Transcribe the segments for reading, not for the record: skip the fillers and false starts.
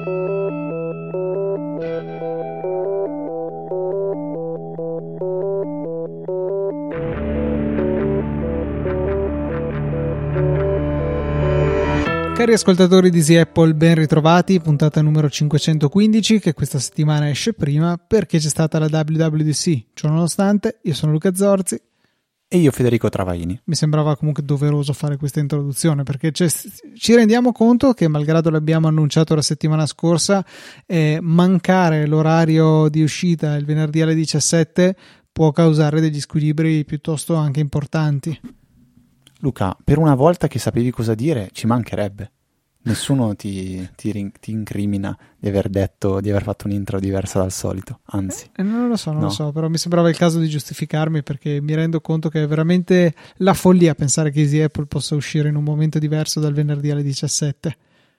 Cari ascoltatori di Easy Apple, ben ritrovati, puntata numero 515 che questa settimana esce prima perché c'è stata la WWDC. Ciononostante, io sono Luca Zorzi e io Federico Travaini. Mi sembrava comunque doveroso fare questa introduzione perché ci rendiamo conto che, malgrado l'abbiamo annunciato la settimana scorsa, mancare l'orario di uscita il venerdì alle 17 può causare degli squilibri piuttosto anche importanti. Luca, per una volta che sapevi cosa dire, ci mancherebbe. Nessuno ti incrimina di aver detto, di aver fatto un'intro diversa dal solito, anzi. Non lo so, però mi sembrava il caso di giustificarmi perché mi rendo conto che è veramente la follia pensare che Easy Apple possa uscire in un momento diverso dal venerdì alle 17.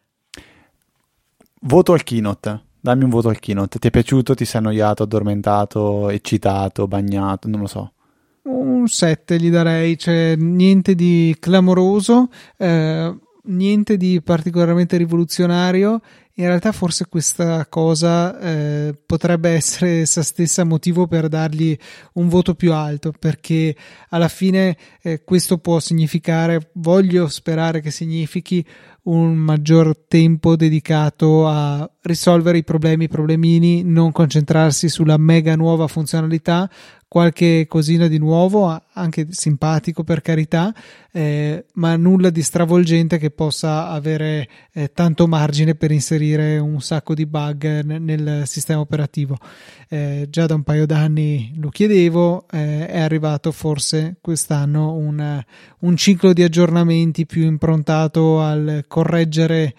Voto al keynote. Dammi un voto al keynote. Ti è piaciuto? Ti sei annoiato, addormentato, eccitato, bagnato? Non lo so. Un 7 gli darei, cioè niente di clamoroso, niente di particolarmente rivoluzionario. In realtà forse questa cosa potrebbe essere essa stessa motivo per dargli un voto più alto, perché alla fine questo può significare, voglio sperare che significhi, un maggior tempo dedicato a risolvere i problemini, non concentrarsi sulla mega nuova funzionalità, qualche cosina di nuovo, anche simpatico per carità, ma nulla di stravolgente che possa avere tanto margine per inserire un sacco di bug nel sistema operativo. Già da un paio d'anni lo chiedevo, è arrivato forse quest'anno un ciclo di aggiornamenti più improntato al correggere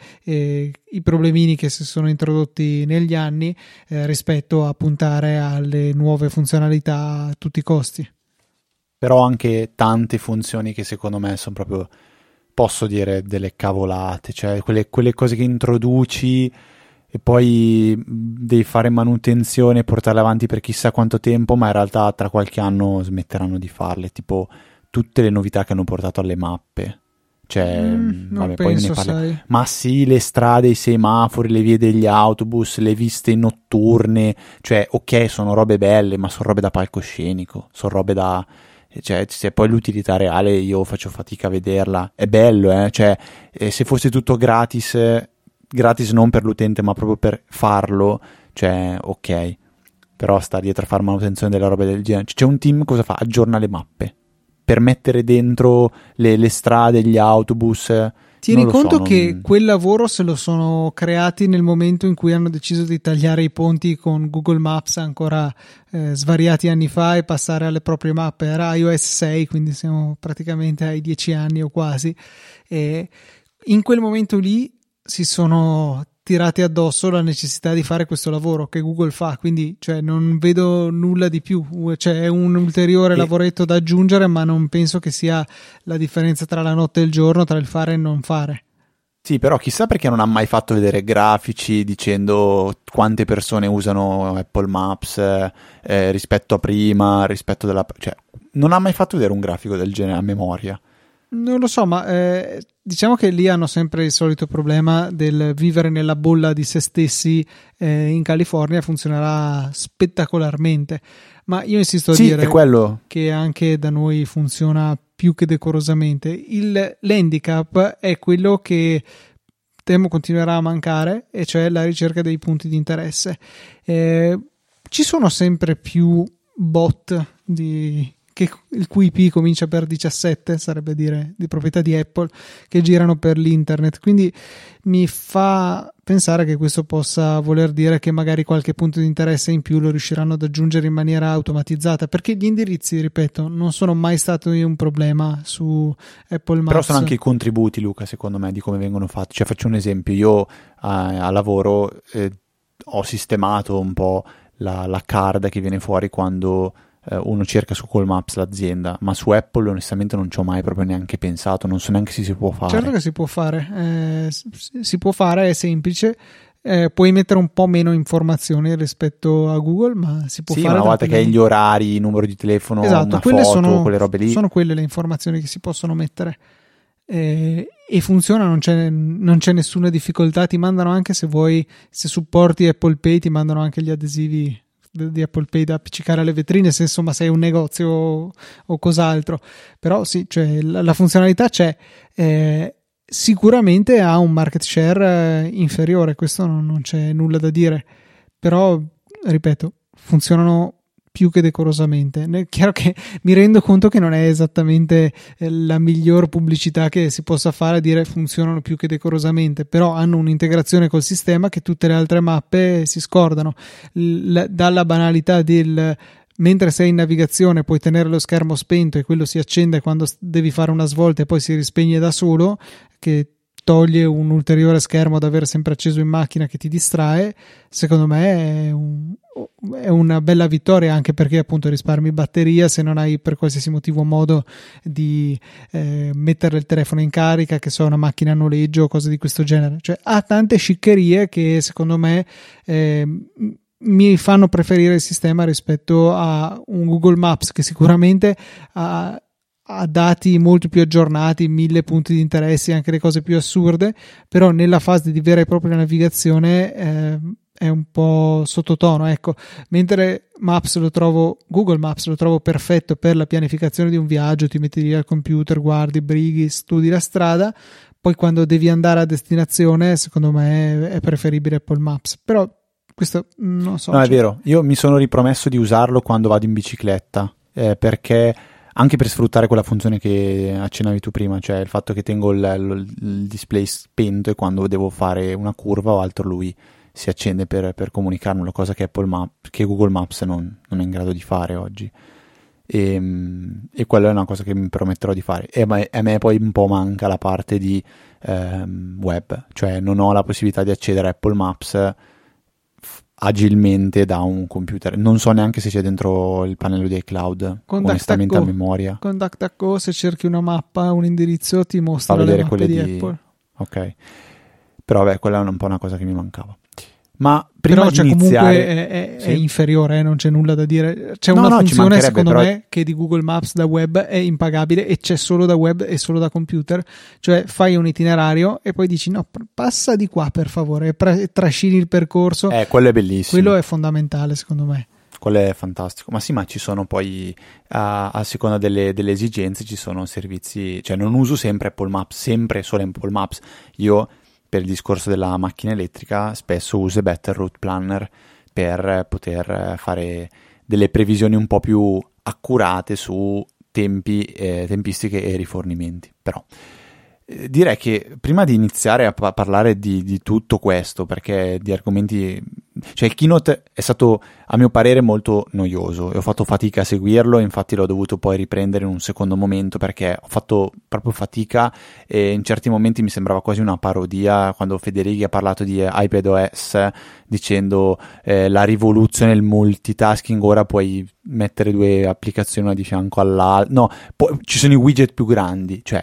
i problemini che si sono introdotti negli anni rispetto a puntare alle nuove funzionalità a tutti i costi. Però anche tante funzioni che secondo me sono proprio, posso dire, delle cavolate, cioè quelle cose che introduci e poi devi fare manutenzione e portarle avanti per chissà quanto tempo, ma in realtà tra qualche anno smetteranno di farle, tipo tutte le novità che hanno portato alle mappe. Cioè, vabbè, poi ne parliamo. Ma sì, le strade, i semafori, le vie degli autobus, le viste notturne, cioè, ok, sono robe belle, ma sono robe da palcoscenico, sono robe da... Cioè, se poi l'utilità reale io faccio fatica a vederla. È bello, cioè, se fosse tutto gratis non per l'utente, ma proprio per farlo, cioè, ok. Però sta dietro a fare manutenzione delle robe del genere. C'è un team, cosa fa? Aggiorna le mappe per mettere dentro le strade, gli autobus. Tieni conto che quel lavoro se lo sono creati nel momento in cui hanno deciso di tagliare i ponti con Google Maps ancora svariati anni fa e passare alle proprie mappe. Era iOS 6, quindi siamo praticamente ai 10 anni o quasi. E in quel momento lì si sono tirati addosso la necessità di fare questo lavoro che Google fa, quindi cioè, non vedo nulla di più, cioè è un ulteriore lavoretto da aggiungere, ma non penso che sia la differenza tra la notte e il giorno, tra il fare e il non fare. Sì, però chissà perché non ha mai fatto vedere grafici dicendo quante persone usano Apple Maps rispetto a prima, rispetto della... cioè non ha mai fatto vedere un grafico del genere a memoria. Non lo so, ma diciamo che lì hanno sempre il solito problema del vivere nella bolla di se stessi. In California funzionerà spettacolarmente, ma io insisto a dire che anche da noi funziona più che decorosamente. L'handicap è quello che temo continuerà a mancare, e cioè la ricerca dei punti di interesse. Ci sono sempre più bot il cui IP comincia per 17, sarebbe dire di proprietà di Apple, che girano per l'internet, quindi mi fa pensare che questo possa voler dire che magari qualche punto di interesse in più lo riusciranno ad aggiungere in maniera automatizzata, perché gli indirizzi, ripeto, non sono mai stati un problema su Apple Maps. Però sono anche i contributi, Luca, secondo me, di come vengono fatti. Cioè, faccio un esempio, io a lavoro ho sistemato un po' la card che viene fuori quando uno cerca su Google Maps l'azienda, ma su Apple onestamente non ci ho mai proprio neanche pensato, non so neanche se si può fare. Certo che si può fare, si può fare, è semplice. Puoi mettere un po' meno informazioni rispetto a Google, ma si può fare. Sì, una volta che hai gli orari, il numero di telefono, esatto, una foto, quelle robe lì. Sono quelle le informazioni che si possono mettere. e funziona, non c'è nessuna difficoltà. Ti mandano anche, se vuoi, se supporti Apple Pay, ti mandano anche gli adesivi di Apple Pay da appiccicare alle vetrine, se insomma sei un negozio o cos'altro. Però sì, cioè la funzionalità c'è. Sicuramente ha un market share inferiore, questo non c'è nulla da dire, però ripeto, funzionano più che decorosamente. È chiaro che mi rendo conto che non è esattamente la miglior pubblicità che si possa fare a dire funzionano più che decorosamente, però hanno un'integrazione col sistema che tutte le altre mappe si scordano. Dalla banalità del mentre sei in navigazione puoi tenere lo schermo spento e quello si accende quando devi fare una svolta e poi si rispegne da solo, che toglie un ulteriore schermo ad avere sempre acceso in macchina che ti distrae. Secondo me è una bella vittoria, anche perché appunto risparmi batteria se non hai per qualsiasi motivo modo di mettere il telefono in carica, che so, una macchina a noleggio o cose di questo genere. Cioè ha tante sciccherie che secondo me mi fanno preferire il sistema rispetto a un Google Maps che sicuramente ha dati molto più aggiornati, 1000 punti di interesse, anche le cose più assurde, però nella fase di vera e propria navigazione è un po' sottotono, ecco. Mentre Google Maps lo trovo perfetto per la pianificazione di un viaggio, ti metti lì al computer, guardi, brighi, studi la strada. Poi quando devi andare a destinazione, secondo me è preferibile Apple Maps, però questo non so. No, è vero, io mi sono ripromesso di usarlo quando vado in bicicletta, perché anche per sfruttare quella funzione che accennavi tu prima, cioè il fatto che tengo il display spento e quando devo fare una curva o altro lui si accende per comunicarmelo, cosa che che Google Maps non è in grado di fare oggi. E quella è una cosa che mi prometterò di fare. E a me poi un po' manca la parte di web, cioè non ho la possibilità di accedere a Apple Maps agilmente da un computer. Non so neanche se c'è dentro il pannello di iCloud, onestamente a memoria. Con DuckDuckGo, se cerchi una mappa, un indirizzo, ti mostra le mappe di Apple. Ok, però beh, quella è un po' una cosa che mi mancava. Ma prima però di iniziare, comunque è inferiore, non c'è nulla da dire. C'è una funzione secondo me che di Google Maps da web è impagabile e c'è solo da web e solo da computer, cioè fai un itinerario e poi dici no, passa di qua per favore, trascini il percorso. Quello è bellissimo, quello è fondamentale secondo me. Quello è fantastico, ma sì, ma ci sono poi a seconda delle esigenze ci sono servizi, cioè non uso sempre Apple Maps, sempre solo Apple Maps. Io per il discorso della macchina elettrica spesso uso Better Route Planner per poter fare delle previsioni un po' più accurate su tempistiche e rifornimenti. Però direi che prima di iniziare a parlare di tutto questo, perché di argomenti, cioè il keynote è stato a mio parere molto noioso e ho fatto fatica a seguirlo, infatti l'ho dovuto poi riprendere in un secondo momento perché ho fatto proprio fatica e in certi momenti mi sembrava quasi una parodia quando Federighi ha parlato di iPadOS dicendo la rivoluzione del multitasking, ora puoi mettere due applicazioni una di fianco all'altra, no, ci sono i widget più grandi, cioè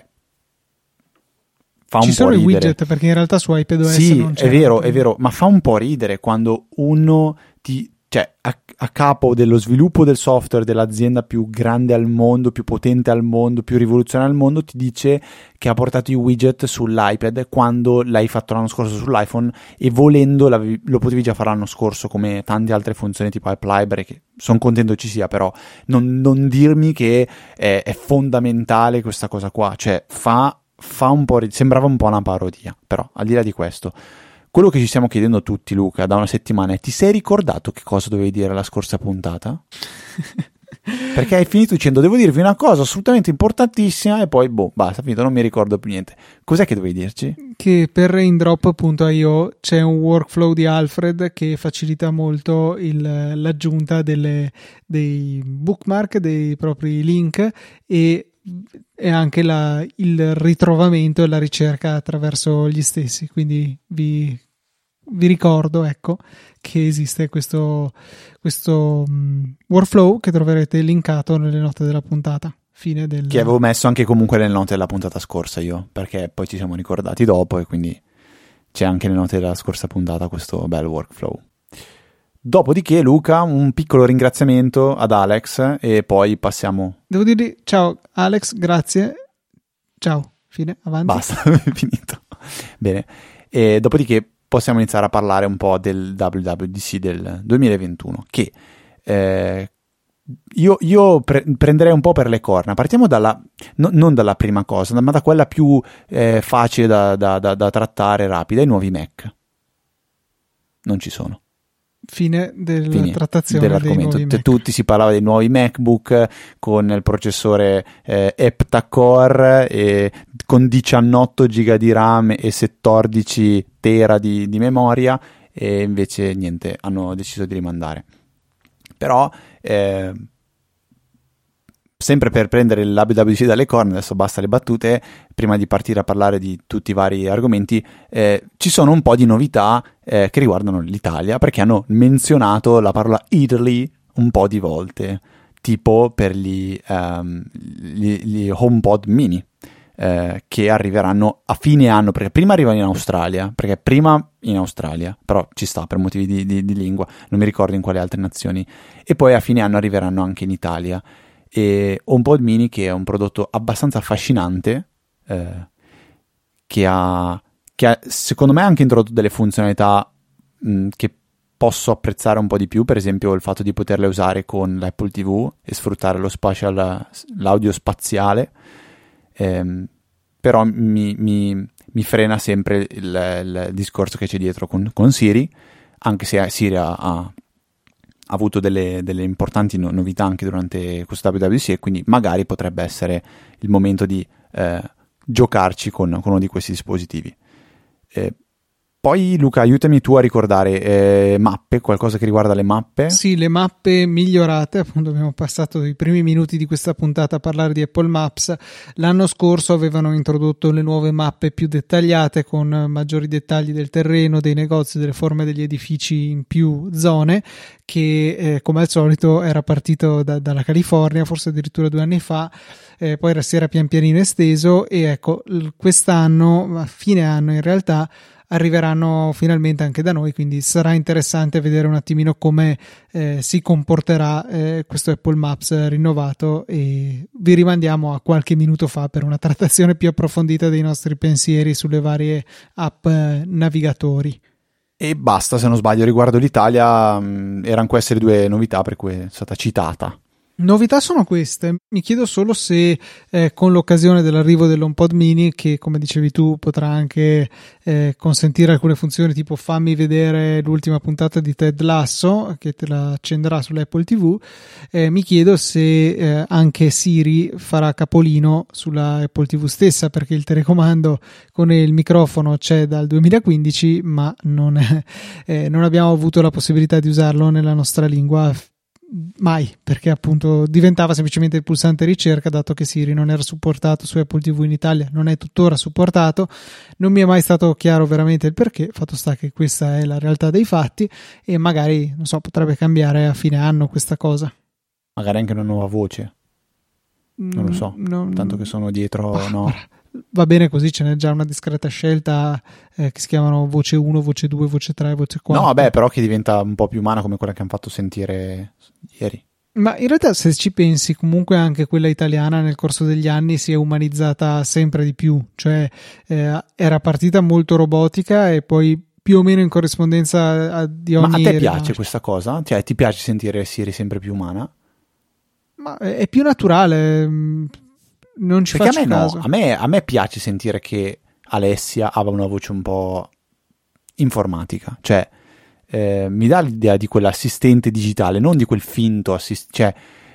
ci sono i widget perché in realtà su iPadOS sì, non c'è. È vero, ma fa un po' ridere quando uno cioè a capo dello sviluppo del software dell'azienda più grande al mondo, più potente al mondo, più rivoluzionaria al mondo, ti dice che ha portato i widget sull'iPad quando l'hai fatto l'anno scorso sull'iPhone e volendo lo potevi già fare l'anno scorso, come tante altre funzioni tipo App Library, che sono contento ci sia, però non dirmi che è fondamentale questa cosa qua, cioè fa un po' sembrava un po' una parodia. Però al di là di questo, quello che ci stiamo chiedendo tutti, Luca, da una settimana è: ti sei ricordato che cosa dovevi dire la scorsa puntata? Perché hai finito dicendo devo dirvi una cosa assolutamente importantissima e poi basta, finito, non mi ricordo più niente. Cos'è che dovevi dirci? Che per indrop.io c'è un workflow di Alfred che facilita molto l'aggiunta dei bookmark, dei propri link e anche il ritrovamento e la ricerca attraverso gli stessi. Quindi vi ricordo, ecco, che esiste questo workflow che troverete linkato nelle note della puntata. Che avevo messo anche comunque nelle note della puntata scorsa io, perché poi ci siamo ricordati dopo e quindi c'è anche nelle note della scorsa puntata questo bel workflow. Dopodiché, Luca, un piccolo ringraziamento ad Alex e poi passiamo. Devo dirgli ciao Alex, grazie, ciao. Fine, avanti. Basta, finito. Bene, e dopodiché possiamo iniziare a parlare un po' del WWDC del 2021, che io prenderei un po' per le corna. Partiamo non dalla prima cosa, ma da quella più facile da trattare, rapida, i nuovi Mac. Non ci sono. Fine della trattazione dell'argomento. dei nuovi Mac. Tutti si parlava dei nuovi MacBook con il processore Heptacore e con 18 GB di RAM e 14 tera di memoria, e invece niente, hanno deciso di rimandare. Però sempre per prendere l'WWDC dalle corna, adesso basta le battute, prima di partire a parlare di tutti i vari argomenti, ci sono un po' di novità che riguardano l'Italia, perché hanno menzionato la parola Italy un po' di volte, tipo per gli HomePod mini, che arriveranno a fine anno, perché prima arrivano in Australia, però ci sta per motivi di lingua, non mi ricordo in quali altre nazioni, e poi a fine anno arriveranno anche in Italia. E HomePod mini, che è un prodotto abbastanza affascinante, che ha secondo me anche introdotto delle funzionalità che posso apprezzare un po' di più, per esempio il fatto di poterle usare con l'Apple TV e sfruttare l'audio spaziale, però mi frena sempre il discorso che c'è dietro con Siri, anche se Siri ha avuto delle importanti novità anche durante questo WWDC, e quindi magari potrebbe essere il momento di giocarci con uno di questi dispositivi. Poi Luca, aiutami tu a ricordare mappe, qualcosa che riguarda le mappe. Sì, le mappe migliorate, appunto abbiamo passato i primi minuti di questa puntata a parlare di Apple Maps. L'anno scorso avevano introdotto le nuove mappe più dettagliate, con maggiori dettagli del terreno, dei negozi, delle forme degli edifici in più zone, che come al solito era partito dalla California, forse addirittura 2 anni fa, poi si era pian pianino esteso, e ecco, quest'anno, a fine anno in realtà, arriveranno finalmente anche da noi, quindi sarà interessante vedere un attimino come si comporterà questo Apple Maps rinnovato, e vi rimandiamo a qualche minuto fa per una trattazione più approfondita dei nostri pensieri sulle varie app navigatori. E basta, se non sbaglio, riguardo l'Italia erano queste le 2 novità per cui è stata citata. Novità sono queste. Mi chiedo solo se con l'occasione dell'arrivo dell'HomePod mini, che come dicevi tu potrà anche consentire alcune funzioni tipo fammi vedere l'ultima puntata di Ted Lasso, che te la accenderà sull'Apple TV, mi chiedo se anche Siri farà capolino sulla Apple TV stessa, perché il telecomando con il microfono c'è dal 2015, ma non abbiamo avuto la possibilità di usarlo nella nostra lingua mai, perché appunto diventava semplicemente il pulsante ricerca, dato che Siri non era supportato su Apple TV in Italia, non è tuttora supportato. Non mi è mai stato chiaro veramente il perché, fatto sta che questa è la realtà dei fatti, e magari, non so, potrebbe cambiare a fine anno questa cosa. Magari anche una nuova voce, non lo so, tanto che sono dietro, no. Va bene così, ce n'è già una discreta scelta che si chiamano voce 1, voce 2, voce 3, voce 4. No, vabbè, però che diventa un po' più umana, come quella che hanno fatto sentire ieri. Ma in realtà, se ci pensi, comunque anche quella italiana nel corso degli anni si è umanizzata sempre di più, cioè era partita molto robotica e poi più o meno in corrispondenza di ogni... Ma a te piace questa cosa? Cioè, ti piace sentire Siri sempre più umana? Ma è più naturale, non ci perché faccio caso. A me piace sentire che Alessia abbia una voce un po' informatica, cioè mi dà l'idea di quell'assistente digitale, non di quel finto cioè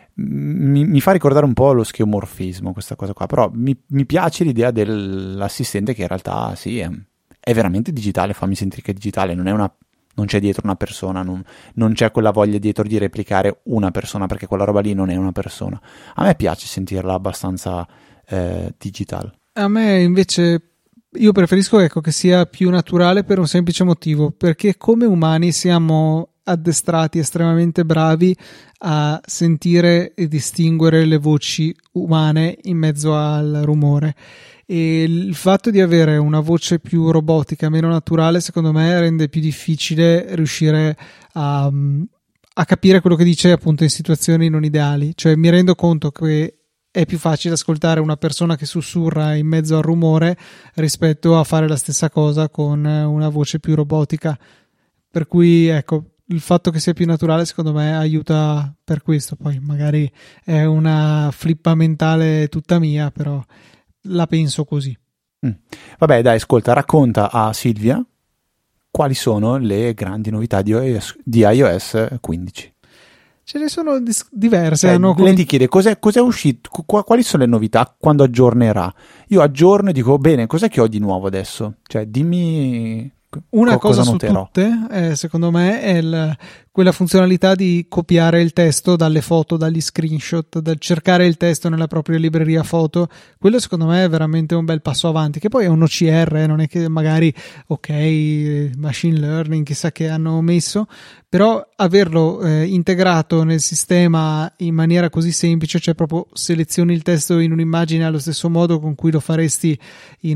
mi fa ricordare un po' lo schiomorfismo questa cosa qua, però mi piace l'idea dell'assistente che in realtà sì, è veramente digitale, fammi sentire che è digitale, non c'è dietro una persona, non c'è quella voglia dietro di replicare una persona, perché quella roba lì non è una persona. A me piace sentirla abbastanza digital. A me invece, io preferisco, ecco, che sia più naturale, per un semplice motivo, perché come umani siamo addestrati, estremamente bravi a sentire e distinguere le voci umane in mezzo al rumore, e il fatto di avere una voce più robotica, meno naturale, secondo me rende più difficile riuscire a capire quello che dice appunto in situazioni non ideali. Cioè mi rendo conto che è più facile ascoltare una persona che sussurra in mezzo al rumore rispetto a fare la stessa cosa con una voce più robotica. Per cui, ecco, il fatto che sia più naturale secondo me aiuta per questo. Poi magari è una flippa mentale tutta mia, però la penso così. Vabbè, dai, ascolta, racconta a Silvia quali sono le grandi novità di iOS 15. Ce ne sono diverse. Lei ti chiede cos'è uscito, quali sono le novità, quando aggiornerà. Io aggiorno e dico, bene, cos'è che ho di nuovo adesso? Cioè, dimmi una cosa su noterò. tutte, secondo me, è quella funzionalità di copiare il testo dalle foto, dagli screenshot, dal cercare il testo nella propria libreria foto. Quello secondo me è veramente un bel passo avanti, che poi è un OCR, non è che magari, machine learning, chissà che hanno messo, però averlo integrato nel sistema in maniera così semplice, cioè proprio selezioni il testo in un'immagine allo stesso modo con cui lo faresti in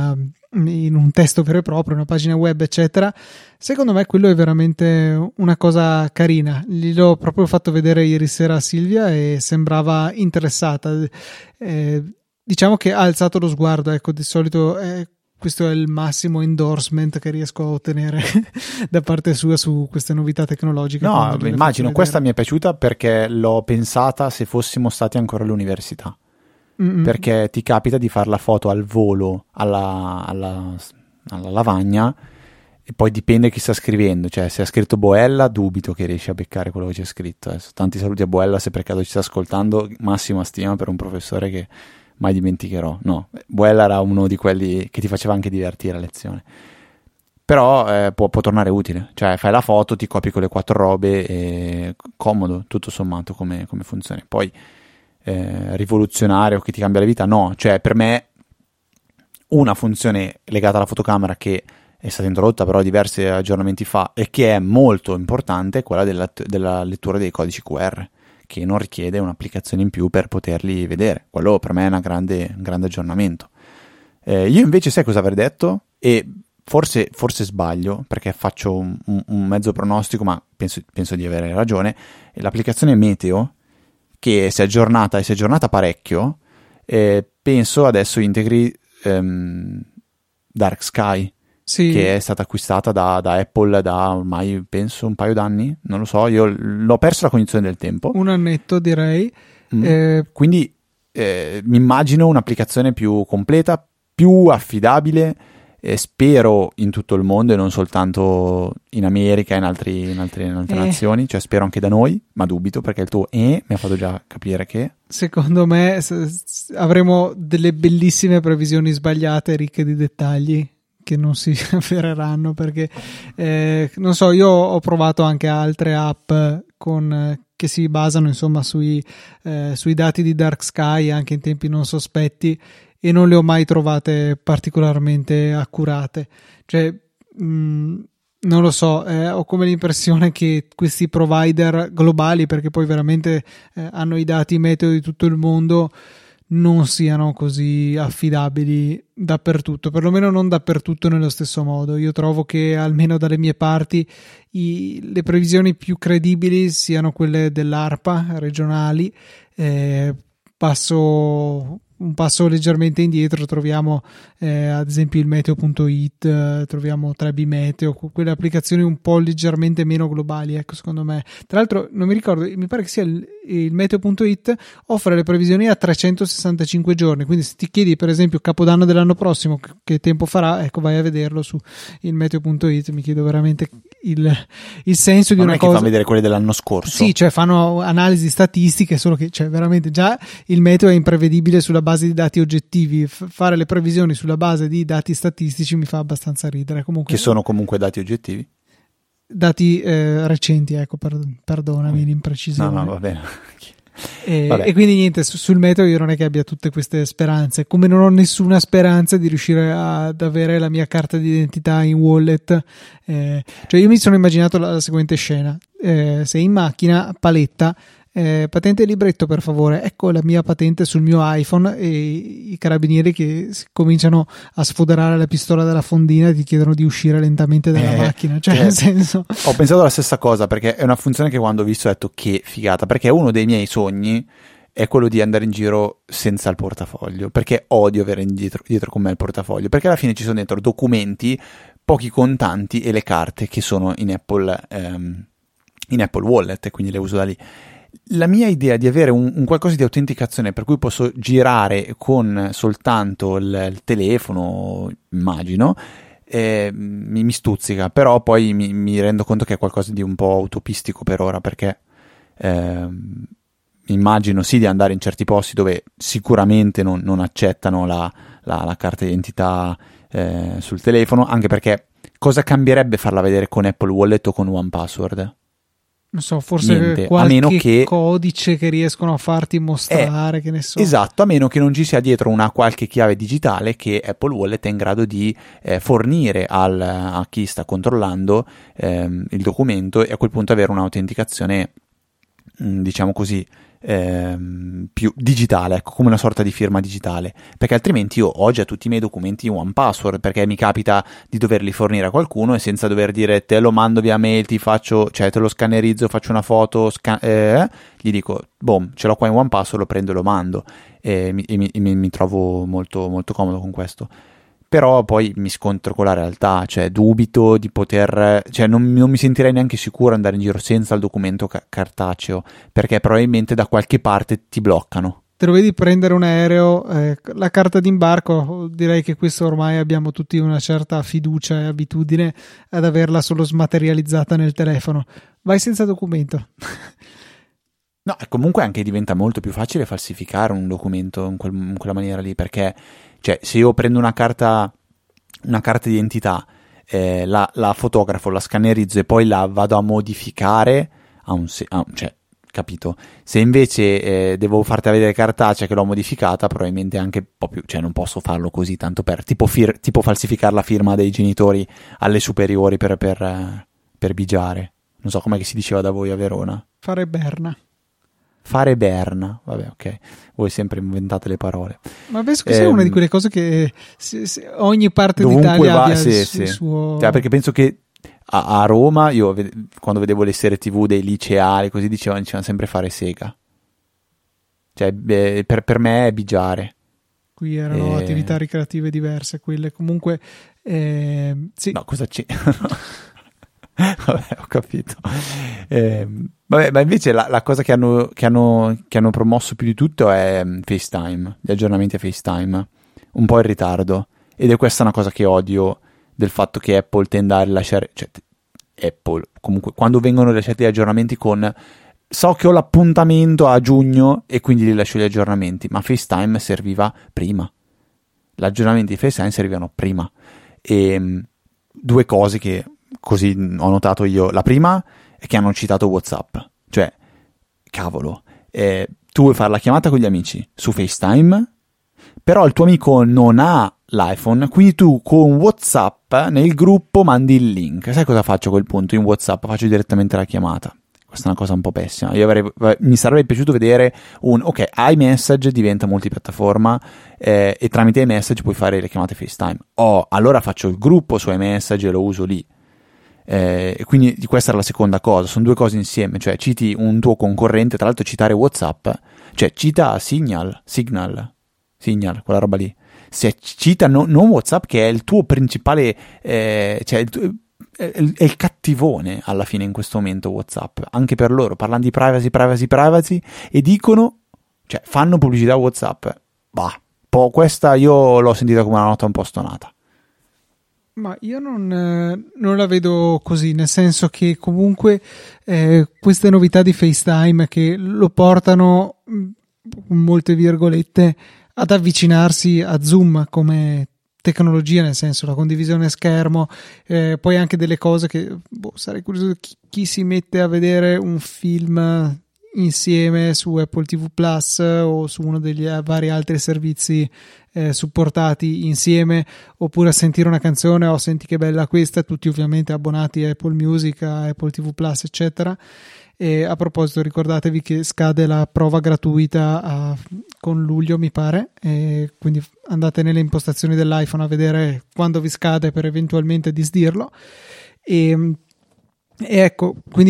un testo vero e proprio, una pagina web, eccetera. Secondo me quello è veramente una cosa carina. Gliel'ho proprio fatto vedere ieri sera a Silvia e sembrava interessata. Diciamo che ha alzato lo sguardo, ecco, di solito questo è il massimo endorsement che riesco a ottenere da parte sua su queste novità tecnologiche. No, immagino, questa mi è piaciuta perché l'ho pensata se fossimo stati ancora all'università. Perché ti capita di fare la foto al volo alla lavagna e poi dipende chi sta scrivendo, cioè se ha scritto Boella dubito che riesci a beccare quello che c'è scritto. Adesso, tanti saluti a Boella se per caso ci sta ascoltando, massima stima per un professore che mai dimenticherò. No, Boella era uno di quelli che ti faceva anche divertire a lezione, però può tornare utile, cioè fai la foto, ti copi quelle 4 robe e comodo tutto sommato come funziona. Poi rivoluzionario che ti cambia la vita, no, cioè per me una funzione legata alla fotocamera che è stata introdotta però diversi aggiornamenti fa e che è molto importante è quella della lettura dei codici QR, che non richiede un'applicazione in più per poterli vedere. Quello per me è un grande aggiornamento. Io invece sai cosa avrei detto? E forse sbaglio perché faccio un mezzo pronostico, ma penso di avere ragione. L'applicazione Meteo, che si è aggiornata parecchio, penso adesso integri Dark Sky, sì, che è stata acquistata da Apple da ormai penso un paio d'anni, non lo so, io l'ho perso la cognizione del tempo. Un annetto direi. Quindi mi immagino un'applicazione più completa, più affidabile, spero in tutto il mondo e non soltanto in America e in altre nazioni, cioè spero anche da noi, ma dubito perché il tuo mi ha fatto già capire che secondo me avremo delle bellissime previsioni sbagliate ricche di dettagli che non si avvereranno perché non so, io ho provato anche altre app che si basano insomma sui dati di Dark Sky anche in tempi non sospetti e non le ho mai trovate particolarmente accurate, cioè non lo so, ho come l'impressione che questi provider globali, perché poi veramente hanno i dati meteo di tutto il mondo, non siano così affidabili dappertutto, perlomeno non dappertutto nello stesso modo. Io trovo che almeno dalle mie parti le previsioni più credibili siano quelle dell'ARPA regionali. Un passo leggermente indietro troviamo ad esempio il meteo.it, troviamo 3B Meteo, quelle applicazioni un po' leggermente meno globali, ecco, secondo me. Tra l'altro non mi ricordo, mi pare che sia il meteo.it offre le previsioni a 365 giorni, quindi se ti chiedi per esempio Capodanno dell'anno prossimo che tempo farà, ecco, vai a vederlo su il meteo.it. Mi chiedo veramente il senso di una cosa. Che fanno vedere quelle dell'anno scorso? Sì, cioè fanno analisi statistiche, solo che cioè veramente già il meteo è imprevedibile sulla base di dati oggettivi. Fare le previsioni sulla base di dati statistici mi fa abbastanza ridere. Comunque, che sono comunque dati oggettivi? Dati recenti, ecco, perdonami l'imprecisione. No, va bene. E quindi niente, sul meteo io non è che abbia tutte queste speranze, come non ho nessuna speranza di riuscire ad avere la mia carta d'identità in wallet. Cioè io mi sono immaginato la seguente scena: sei in macchina, paletta, patente e libretto per favore, ecco la mia patente sul mio iPhone, e i carabinieri che cominciano a sfoderare la pistola dalla fondina e ti chiedono di uscire lentamente dalla macchina, cioè nel senso. Ho pensato la stessa cosa, perché è una funzione che quando ho visto ho detto che figata, perché uno dei miei sogni è quello di andare in giro senza il portafoglio, perché odio avere dietro con me il portafoglio, perché alla fine ci sono dentro documenti, pochi contanti e le carte che sono in Apple Wallet, quindi le uso da lì. La mia idea di avere un qualcosa di autenticazione per cui posso girare con soltanto il telefono, immagino, mi stuzzica, però poi mi rendo conto che è qualcosa di un po' utopistico per ora, perché immagino sì di andare in certi posti dove sicuramente non accettano la carta d'identità sul telefono, anche perché cosa cambierebbe farla vedere con Apple Wallet o con OnePassword? Non so, forse Niente, qualche a meno che codice che riescono a farti mostrare, che ne so. Esatto, a meno che non ci sia dietro una qualche chiave digitale che Apple Wallet è in grado di fornire a chi sta controllando il documento, e a quel punto avere un'autenticazione, diciamo così, più digitale, ecco, come una sorta di firma digitale, perché altrimenti io ho già tutti i miei documenti in OnePassword, perché mi capita di doverli fornire a qualcuno e senza dover dire te lo mando via mail, cioè te lo scannerizzo, faccio una foto, gli dico boom, ce l'ho qua in OnePassword, lo prendo e lo mando, e mi trovo molto, molto comodo con questo. Però poi mi scontro con la realtà, cioè dubito di poter, cioè non mi sentirei neanche sicuro andare in giro senza il documento cartaceo, perché probabilmente da qualche parte ti bloccano. Te lo vedi prendere un aereo, la carta d'imbarco, direi che questo ormai abbiamo tutti una certa fiducia e abitudine ad averla solo smaterializzata nel telefono. Vai senza documento. No, e comunque anche diventa molto più facile falsificare un documento in quella maniera lì, perché cioè, se io prendo una carta di identità, la fotografo, la scannerizzo e poi la vado a modificare, cioè, capito? Se invece devo farti vedere cartacea che l'ho modificata, probabilmente anche un po' più, cioè non posso farlo così, tanto per tipo falsificare la firma dei genitori alle superiori per bigiare. Non so com'è che si diceva da voi a Verona. Fare berna. Fare berna, vabbè, ok, voi sempre inventate le parole. Ma penso che sia una di quelle cose che ogni parte d'Italia abbia il suo... Cioè, perché penso che a Roma, io quando vedevo le serie TV dei liceali, così dicevano sempre fare sega. Cioè, per me è bigiare. Qui erano attività ricreative diverse, quelle comunque... sì. No, cosa c'è? Vabbè, ho capito. Vabbè, ma invece la cosa che hanno promosso più di tutto è FaceTime, gli aggiornamenti a FaceTime, un po' in ritardo, ed è questa una cosa che odio del fatto che Apple tenda a rilasciare, cioè Apple comunque quando vengono rilasciati gli aggiornamenti so che ho l'appuntamento a giugno e quindi rilascio gli aggiornamenti, ma FaceTime serviva prima, gli aggiornamenti di FaceTime servivano prima, e due cose che così ho notato io. La prima è che hanno citato WhatsApp, cioè cavolo, tu vuoi fare la chiamata con gli amici su FaceTime, però il tuo amico non ha l'iPhone, quindi tu con WhatsApp nel gruppo mandi il link. Sai cosa faccio a quel punto? In WhatsApp faccio direttamente la chiamata. Questa è una cosa un po' pessima. Mi sarebbe piaciuto vedere ok, iMessage diventa multipiattaforma, e tramite iMessage puoi fare le chiamate FaceTime. Allora faccio il gruppo su iMessage e lo uso lì. E quindi questa era la seconda cosa, sono due cose insieme, cioè citi un tuo concorrente, tra l'altro citare WhatsApp, cioè cita Signal, quella roba lì, se cita non WhatsApp che è il tuo principale, cioè è il cattivone alla fine in questo momento WhatsApp, anche per loro, parlano di privacy e dicono, cioè fanno pubblicità WhatsApp, questa io l'ho sentita come una nota un po' stonata. Ma io non la vedo così, nel senso che comunque queste novità di FaceTime che lo portano, con molte virgolette, ad avvicinarsi a Zoom come tecnologia, nel senso la condivisione schermo, poi anche delle cose che sarei curioso chi si mette a vedere un film insieme su Apple TV Plus o su uno degli vari altri servizi supportati insieme, oppure a sentire una canzone, senti che bella questa, tutti ovviamente abbonati a Apple Music, a Apple TV Plus eccetera. E a proposito, ricordatevi che scade la prova gratuita con luglio mi pare, e quindi andate nelle impostazioni dell'iPhone a vedere quando vi scade per eventualmente disdirlo, e ecco, quindi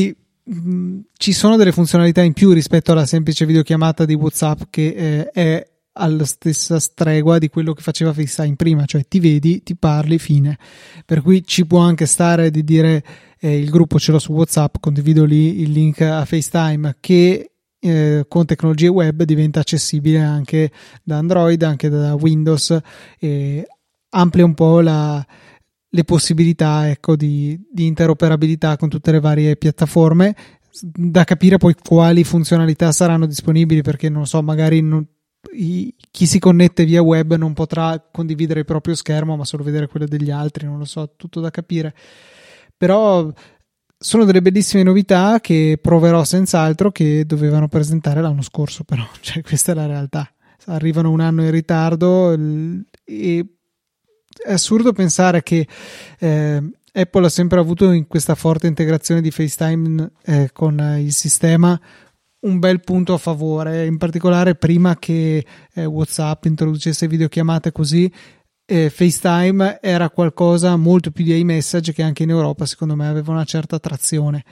ci sono delle funzionalità in più rispetto alla semplice videochiamata di WhatsApp, che è alla stessa stregua di quello che faceva FaceTime prima, cioè ti vedi, ti parli, fine. Per cui ci può anche stare di dire il gruppo ce l'ho su WhatsApp, condivido lì il link a FaceTime, che con tecnologie web diventa accessibile anche da Android, anche da Windows, e amplia un po' le possibilità, ecco, di interoperabilità con tutte le varie piattaforme. Da capire poi quali funzionalità saranno disponibili, perché non so, magari chi si connette via web non potrà condividere il proprio schermo ma solo vedere quello degli altri, non lo so, tutto da capire. Però sono delle bellissime novità che proverò senz'altro, che dovevano presentare l'anno scorso, però cioè, questa è la realtà, arrivano un anno in ritardo e è assurdo pensare che Apple ha sempre avuto in questa forte integrazione di FaceTime con il sistema un bel punto a favore, in particolare prima che WhatsApp introducesse videochiamate così. FaceTime era qualcosa molto più di iMessage, che anche in Europa secondo me aveva una certa attrazione.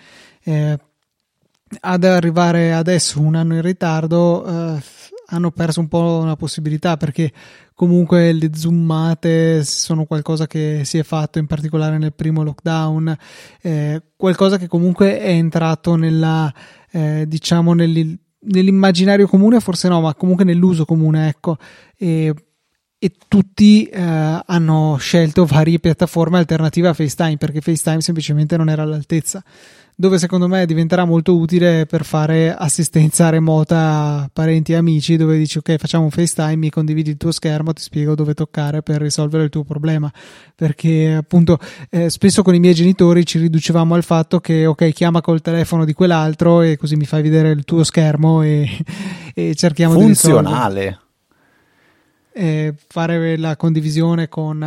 Ad arrivare adesso un anno in ritardo hanno perso un po' una possibilità, perché comunque le zoomate sono qualcosa che si è fatto in particolare nel primo lockdown, qualcosa che comunque è entrato diciamo nell'immaginario comune, forse no, ma comunque nell'uso comune, ecco, e tutti hanno scelto varie piattaforme alternative a FaceTime, perché FaceTime semplicemente non era all'altezza. Dove secondo me diventerà molto utile per fare assistenza remota a parenti e amici, dove dici ok, facciamo un FaceTime, mi condividi il tuo schermo, ti spiego dove toccare per risolvere il tuo problema, perché appunto spesso con i miei genitori ci riducevamo al fatto che ok, chiama col telefono di quell'altro e così mi fai vedere il tuo schermo e cerchiamo di risolvere. Funzionale. Fare la condivisione con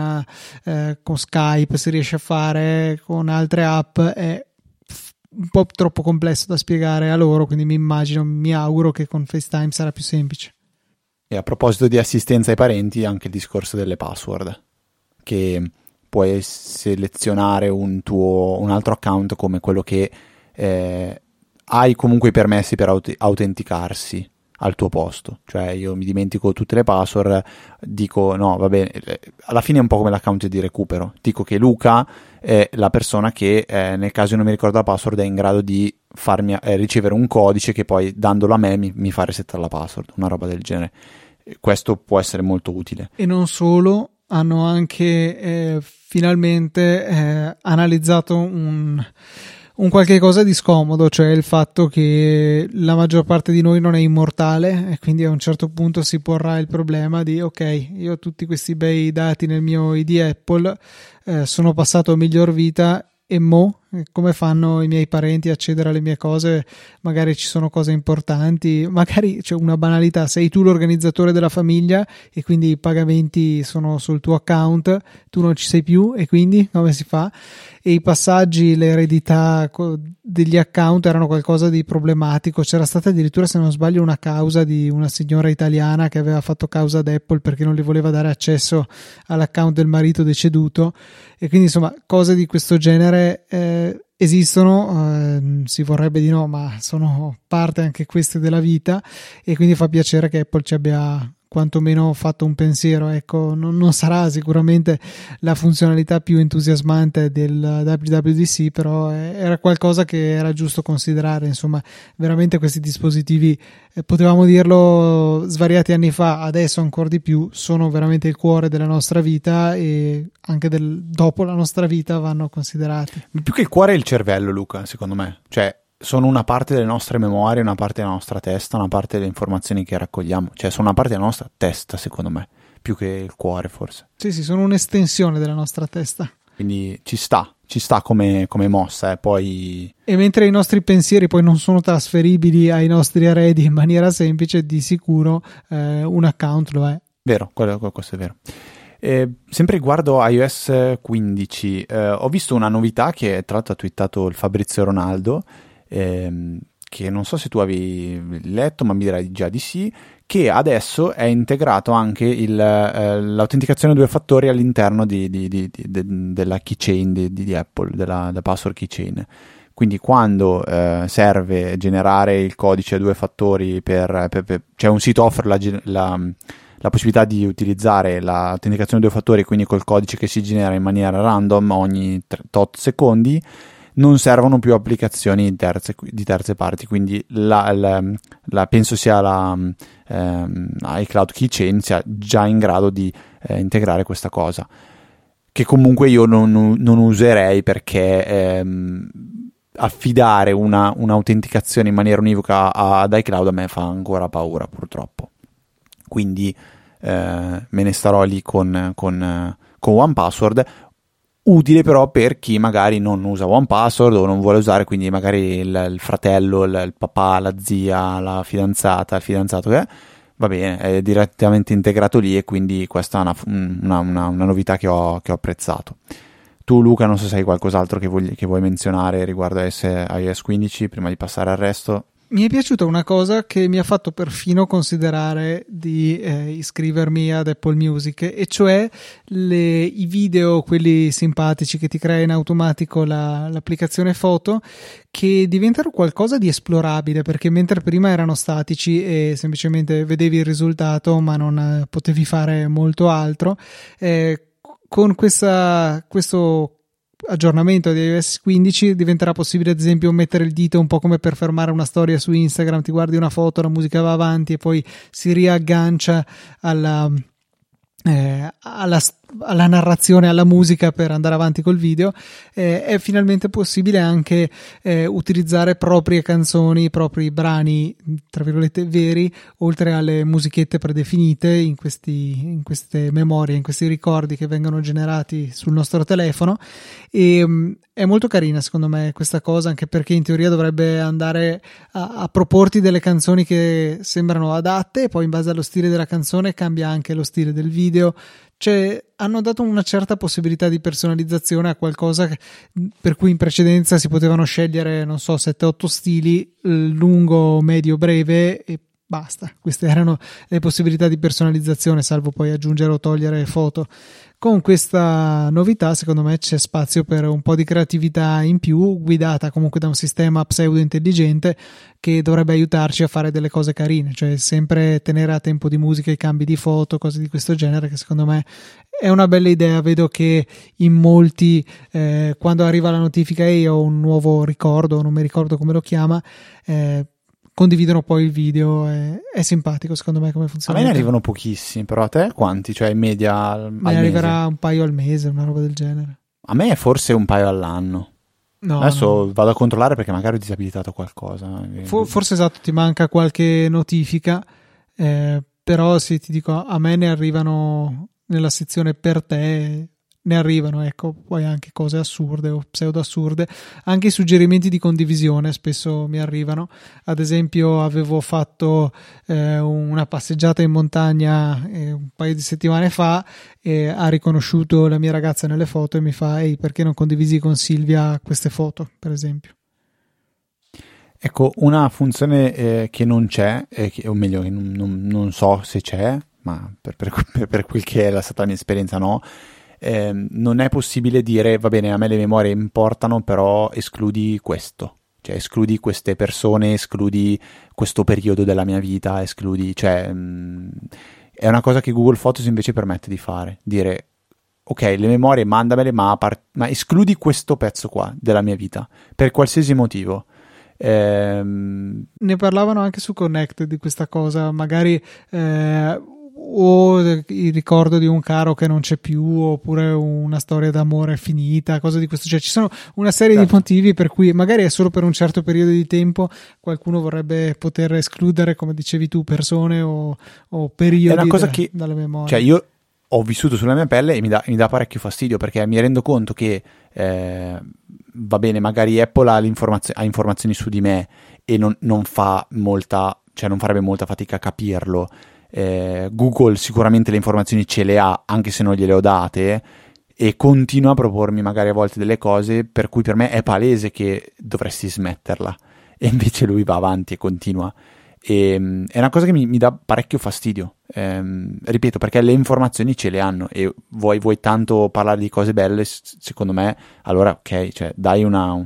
Skype si riesce a fare, con altre app è un po' troppo complesso da spiegare a loro, quindi mi auguro che con FaceTime sarà più semplice. E a proposito di assistenza ai parenti, anche il discorso delle password, che puoi selezionare un altro account come quello che hai comunque i permessi per autenticarsi al tuo posto. Cioè io mi dimentico tutte le password, dico no, va bene, alla fine è un po' come l'account di recupero, dico che Luca è la persona che nel caso io non mi ricordo la password è in grado di farmi ricevere un codice che poi dandolo a me mi fa resettare la password, una roba del genere. Questo può essere molto utile. E non solo, hanno anche finalmente analizzato un qualche cosa di scomodo, cioè il fatto che la maggior parte di noi non è immortale, e quindi a un certo punto si porrà il problema di ok, io ho tutti questi bei dati nel mio ID Apple, sono passato a miglior vita, e come fanno i miei parenti a accedere alle mie cose? Magari ci sono cose importanti, magari c'è una banalità, sei tu l'organizzatore della famiglia e quindi i pagamenti sono sul tuo account, tu non ci sei più, e quindi come si fa? E i passaggi, l'eredità degli account erano qualcosa di problematico. C'era stata addirittura, se non sbaglio, una causa di una signora italiana che aveva fatto causa ad Apple perché non le voleva dare accesso all'account del marito deceduto, e quindi insomma cose di questo genere esistono, si vorrebbe di no, ma sono parte anche queste della vita, e quindi fa piacere che Apple ci abbia quantomeno fatto un pensiero. Ecco, non sarà sicuramente la funzionalità più entusiasmante del WWDC, però era qualcosa che era giusto considerare. Insomma, veramente questi dispositivi, potevamo dirlo svariati anni fa, adesso ancora di più, sono veramente il cuore della nostra vita, e anche dopo la nostra vita vanno considerati. Più che il cuore è il cervello, Luca, secondo me. Cioè, sono una parte delle nostre memorie, una parte della nostra testa, una parte delle informazioni che raccogliamo. Cioè, sono una parte della nostra testa, secondo me, più che il cuore, forse. Sì, sono un'estensione della nostra testa. Quindi ci sta come mossa, poi... E mentre i nostri pensieri poi non sono trasferibili ai nostri eredi in maniera semplice, di sicuro un account lo è. Vero, questo è vero. Sempre riguardo iOS 15, ho visto una novità che tra l'altro ha twittato il Fabrizio Ronaldo, che non so se tu avevi letto, ma mi dirai già di sì, che adesso è integrato anche l'autenticazione a due fattori all'interno della keychain di Apple, della password keychain. Quindi quando serve generare il codice a due fattori cioè un sito offre la possibilità di utilizzare l'autenticazione a due fattori, quindi col codice che si genera in maniera random ogni tot secondi, non servono più applicazioni di terze parti, quindi penso sia iCloud Keychain sia già in grado di integrare questa cosa, che comunque io non userei, perché affidare un'autenticazione in maniera univoca ad iCloud a me fa ancora paura, purtroppo. Quindi me ne starò lì con OnePassword, utile però per chi magari non usa OnePassword o non vuole usare, quindi magari il fratello, il papà, la zia, la fidanzata, il fidanzato, che va bene, è direttamente integrato lì, e quindi questa è una novità che ho apprezzato. Tu, Luca, non so se hai qualcos'altro che vuoi menzionare riguardo a iOS 15 prima di passare al resto. Mi è piaciuta una cosa che mi ha fatto perfino considerare di iscrivermi ad Apple Music, e cioè i video, quelli simpatici che ti crea in automatico l'applicazione foto, che diventano qualcosa di esplorabile, perché mentre prima erano statici e semplicemente vedevi il risultato ma non potevi fare molto altro, con questo aggiornamento di iOS 15 diventerà possibile ad esempio mettere il dito, un po' come per fermare una storia su Instagram, ti guardi una foto, la musica va avanti e poi si riaggancia alla narrazione, alla musica per andare avanti col video. È finalmente possibile anche utilizzare proprie canzoni, propri brani tra virgolette veri, oltre alle musichette predefinite in queste memorie, in questi ricordi che vengono generati sul nostro telefono. E è molto carina secondo me questa cosa, anche perché in teoria dovrebbe andare a proporti delle canzoni che sembrano adatte, e poi in base allo stile della canzone cambia anche lo stile del video. Cioè, hanno dato una certa possibilità di personalizzazione a qualcosa per cui in precedenza si potevano scegliere, non so, 7-8 stili, lungo, medio, breve, e basta. Queste erano le possibilità di personalizzazione, salvo poi aggiungere o togliere foto. Con questa novità, secondo me, c'è spazio per un po' di creatività in più, guidata comunque da un sistema pseudo intelligente che dovrebbe aiutarci a fare delle cose carine, cioè sempre tenere a tempo di musica i cambi di foto, cose di questo genere, che secondo me è una bella idea. Vedo che in molti, quando arriva la notifica e ho un nuovo ricordo, non mi ricordo come lo chiama, condividono poi il video. È simpatico secondo me come funziona. A me ne arrivano pochissimi, però a te quanti? Cioè in media al ne arriverà un paio al mese, una roba del genere. A me è forse un paio all'anno. No, adesso no. Vado a controllare, perché magari ho disabilitato qualcosa. Forse esatto, ti manca qualche notifica, però sì, ti dico, a me ne arrivano nella sezione per te, ne arrivano, ecco, poi anche cose assurde o pseudo assurde, anche i suggerimenti di condivisione spesso mi arrivano. Ad esempio avevo fatto una passeggiata in montagna un paio di settimane fa, e ha riconosciuto la mia ragazza nelle foto e mi fa: ehi, perché non condivisi con Silvia queste foto, per esempio? Ecco, una funzione che non c'è, o meglio, che non so se c'è, ma per quel che è stata la mia esperienza no, non è possibile dire va bene, a me le memorie importano, però escludi questo, cioè escludi queste persone, escludi questo periodo della mia vita, escludi, cioè è una cosa che Google Photos invece permette di fare, dire ok, le memorie mandamele, ma escludi questo pezzo qua della mia vita per qualsiasi motivo. Ne parlavano anche su Connect di questa cosa, magari o il ricordo di un caro che non c'è più, oppure una storia d'amore finita, cose di questo, cioè ci sono una serie di motivi per cui magari è solo per un certo periodo di tempo qualcuno vorrebbe poter escludere, come dicevi tu, persone o periodi è una cosa che, dalla memoria. Cioè io ho vissuto sulla mia pelle e mi dà parecchio fastidio, perché mi rendo conto che va bene, magari Apple ha informazioni su di me e non fa molta, cioè non farebbe molta fatica a capirlo. Google sicuramente le informazioni ce le ha, anche se non gliele ho date, e continua a propormi magari a volte delle cose per cui per me è palese che dovresti smetterla, e invece lui va avanti e continua. È una cosa che mi dà parecchio fastidio, ripeto, perché le informazioni ce le hanno, e vuoi tanto parlare di cose belle, secondo me, allora ok, cioè dai una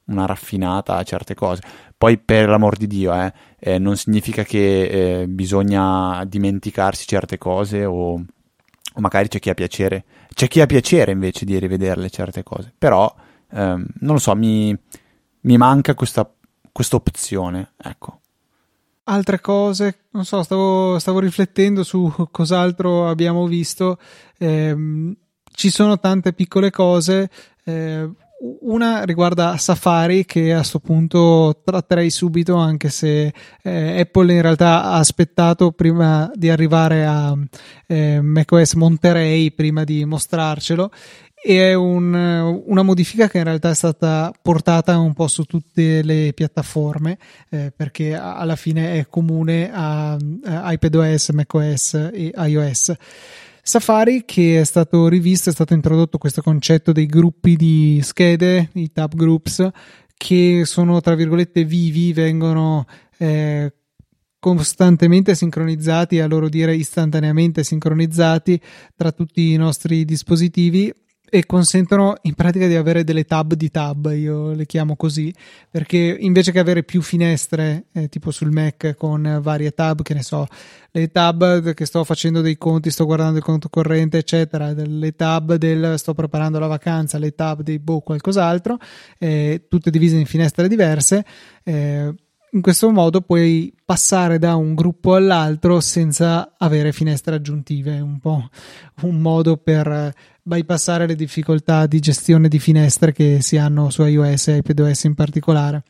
una raffinata a certe cose. Poi, per l'amor di Dio, non significa che bisogna dimenticarsi certe cose, o magari c'è chi ha piacere invece di rivederle certe cose. Però non lo so, mi manca questa opzione, ecco. Altre cose, non so, stavo riflettendo su cos'altro abbiamo visto. Ci sono tante piccole cose. Una riguarda Safari, che a sto punto tratterei subito, anche se Apple in realtà ha aspettato prima di arrivare a macOS Monterey prima di mostrarcelo. E è una modifica che in realtà è stata portata un po' su tutte le piattaforme, perché alla fine è comune a iPadOS, macOS e iOS. Safari, che è stato rivisto, è stato introdotto questo concetto dei gruppi di schede, i tab groups, che sono tra virgolette vivi, vengono costantemente sincronizzati, a loro dire istantaneamente sincronizzati tra tutti i nostri dispositivi, e consentono in pratica di avere delle tab di tab, io le chiamo così, perché invece che avere più finestre tipo sul Mac con varie tab, che ne so, le tab che sto facendo dei conti, sto guardando il conto corrente eccetera, le tab del sto preparando la vacanza, le tab di qualcos'altro, tutte divise in finestre diverse. In questo modo puoi passare da un gruppo all'altro senza avere finestre aggiuntive. È un po' un modo per bypassare le difficoltà di gestione di finestre che si hanno su iOS e iPadOS in particolare.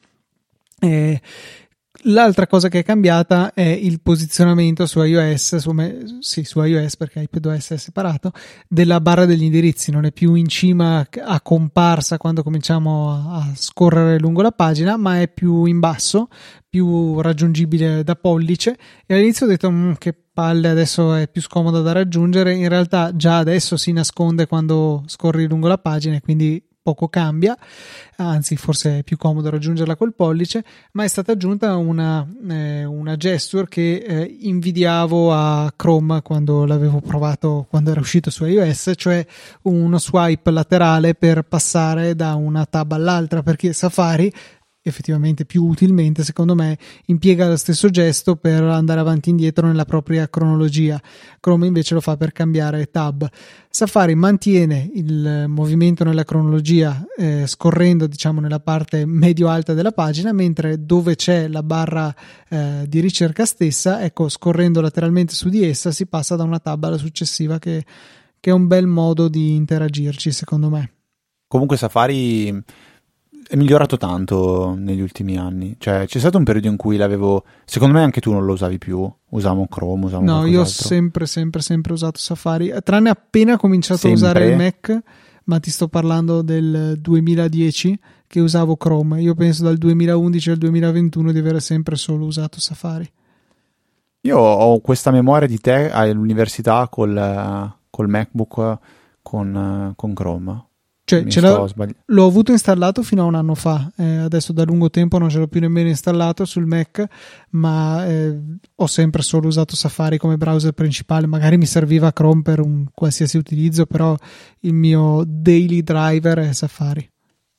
L'altra cosa che è cambiata è il posizionamento su iOS, su iOS, perché iPadOS è separato, della barra degli indirizzi. Non è più in cima a comparsa quando cominciamo a scorrere lungo la pagina, ma è più in basso, più raggiungibile da pollice. E all'inizio ho detto che palle, adesso è più scomoda da raggiungere. In realtà già adesso si nasconde quando scorri lungo la pagina e quindi poco cambia, anzi forse è più comodo raggiungerla col pollice, ma è stata aggiunta una gesture che invidiavo a Chrome quando l'avevo provato, quando era uscito su iOS, cioè uno swipe laterale per passare da una tab all'altra, perché Safari effettivamente più utilmente, secondo me, impiega lo stesso gesto per andare avanti e indietro nella propria cronologia. Chrome invece lo fa per cambiare tab. Safari mantiene il movimento nella cronologia scorrendo, diciamo, nella parte medio-alta della pagina, mentre dove c'è la barra di ricerca stessa, ecco, scorrendo lateralmente su di essa si passa da una tab alla successiva, che è un bel modo di interagirci, secondo me. Comunque Safari è migliorato tanto negli ultimi anni. Cioè, c'è stato un periodo in cui l'avevo... Secondo me anche tu non lo usavi più. Usavo Chrome, No, io ho sempre usato Safari, tranne appena cominciato a usare il Mac, ma ti sto parlando del 2010 che usavo Chrome. Io penso dal 2011 al 2021 di avere sempre solo usato Safari. Io ho questa memoria di te all'università col MacBook con Chrome. Cioè, l'ho avuto installato fino a un anno fa, adesso da lungo tempo non ce l'ho più nemmeno installato sul Mac, ma ho sempre solo usato Safari come browser principale. Magari mi serviva Chrome per un qualsiasi utilizzo, però il mio daily driver è Safari.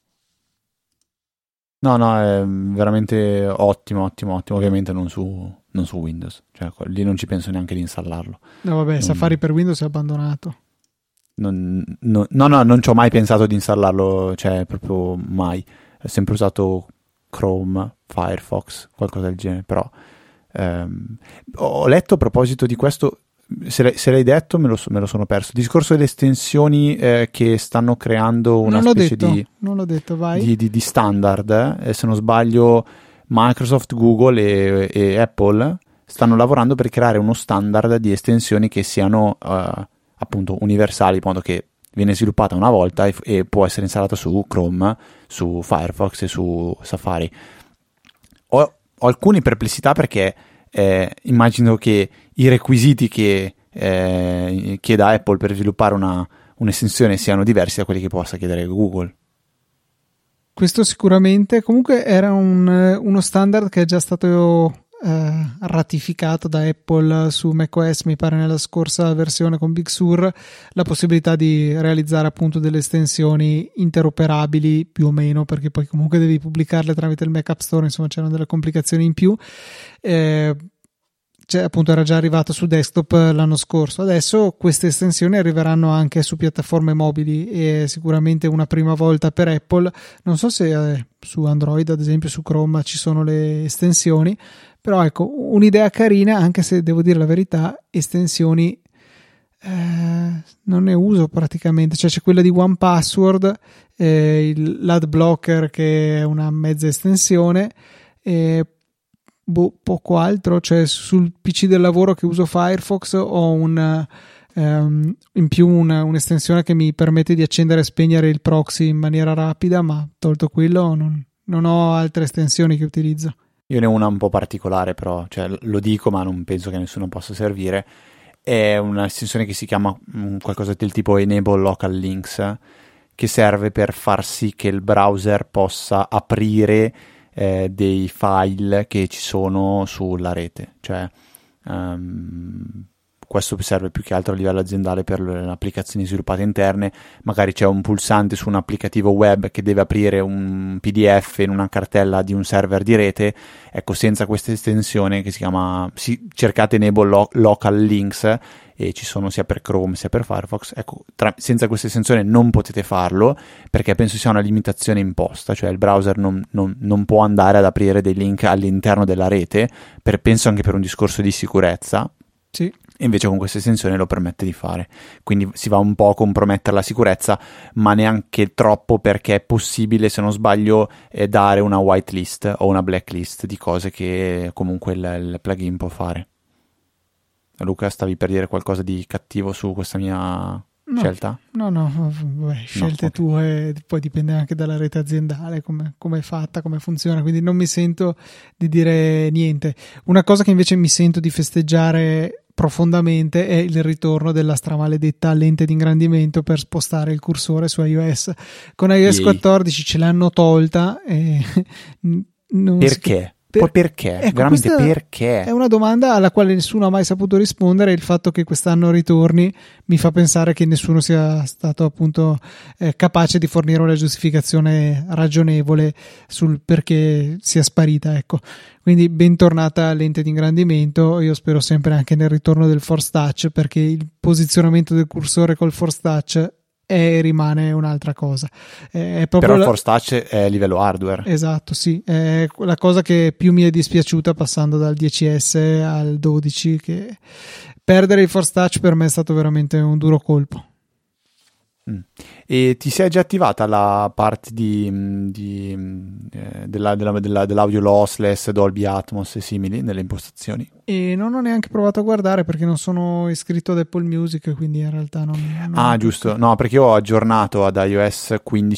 No, è veramente ottimo. Ovviamente non su Windows, cioè lì non ci penso neanche di installarlo. No, vabbè, Safari per Windows è abbandonato. Non ci ho mai pensato di installarlo, cioè proprio mai. Ho sempre usato Chrome, Firefox, qualcosa del genere. Però ho letto a proposito di questo, se l'hai detto me lo sono perso, il discorso delle estensioni che stanno creando una specie non l'ho detto, vai. di standard, se non sbaglio Microsoft, Google e Apple stanno lavorando per creare uno standard di estensioni che siano appunto universali, in modo che viene sviluppata una volta e può essere installata su Chrome, su Firefox e su Safari. Ho alcune perplessità perché immagino che i requisiti che chieda Apple per sviluppare un'estensione siano diversi da quelli che possa chiedere Google. Questo sicuramente. Comunque era uno standard che è già stato ratificato da Apple su macOS, mi pare nella scorsa versione con Big Sur, la possibilità di realizzare appunto delle estensioni interoperabili più o meno, perché poi comunque devi pubblicarle tramite il Mac App Store, insomma c'erano delle complicazioni in più. Appunto era già arrivato su desktop l'anno scorso. Adesso queste estensioni arriveranno anche su piattaforme mobili, e sicuramente una prima volta per Apple. Non so se su Android, ad esempio su Chrome, ci sono le estensioni, però ecco, un'idea carina, anche se devo dire la verità, estensioni non ne uso praticamente. Cioè c'è quella di OnePassword, l'ad blocker, che è una mezza estensione, poco altro. Cioè sul PC del lavoro che uso Firefox ho in più un'estensione che mi permette di accendere e spegnere il proxy in maniera rapida, ma tolto quello non ho altre estensioni che utilizzo. Io ne ho una un po' particolare, però, cioè, lo dico, ma non penso che nessuno possa servire. È un'estensione che si chiama qualcosa del tipo Enable Local Links, che serve per far sì che il browser possa aprire dei file che ci sono sulla rete. Cioè questo serve più che altro a livello aziendale per le applicazioni sviluppate interne. Magari c'è un pulsante su un applicativo web che deve aprire un PDF in una cartella di un server di rete. Ecco, senza questa estensione che si chiama, cercate Enable Local Links, e ci sono sia per Chrome sia per Firefox. Ecco, senza questa estensione non potete farlo, perché penso sia una limitazione imposta, cioè il browser non può andare ad aprire dei link all'interno della rete, penso anche per un discorso di sicurezza. Sì. E invece con questa estensione lo permette di fare. Quindi si va un po' a compromettere la sicurezza, ma neanche troppo, perché è possibile, se non sbaglio, dare una whitelist o una blacklist di cose che comunque il plugin può fare. Luca, stavi per dire qualcosa di cattivo su questa mia scelta? No, scelte okay. tue, poi dipende anche dalla rete aziendale, come è fatta, come funziona, quindi non mi sento di dire niente. Una cosa che invece mi sento di festeggiare profondamente è il ritorno della stramaledetta lente di ingrandimento per spostare il cursore su iOS. Con iOS 14 ce l'hanno tolta e perché? Perché? Ecco, veramente perché? È una domanda alla quale nessuno ha mai saputo rispondere, e il fatto che quest'anno ritorni mi fa pensare che nessuno sia stato appunto capace di fornire una giustificazione ragionevole sul perché sia sparita, ecco. Quindi bentornata lente di ingrandimento. Io spero sempre anche nel ritorno del Force Touch, perché il posizionamento del cursore col Force Touch rimane un'altra cosa. È proprio però il Force Touch è livello hardware. Esatto, sì, è la cosa che più mi è dispiaciuta passando dal 10S al 12, che perdere il Force Touch per me è stato veramente un duro colpo. E ti sei già attivata la parte dell'audio lossless, Dolby Atmos e simili nelle impostazioni? E non ho neanche provato a guardare, perché non sono iscritto ad Apple Music, quindi in realtà non giusto, no, perché io ho aggiornato ad iOS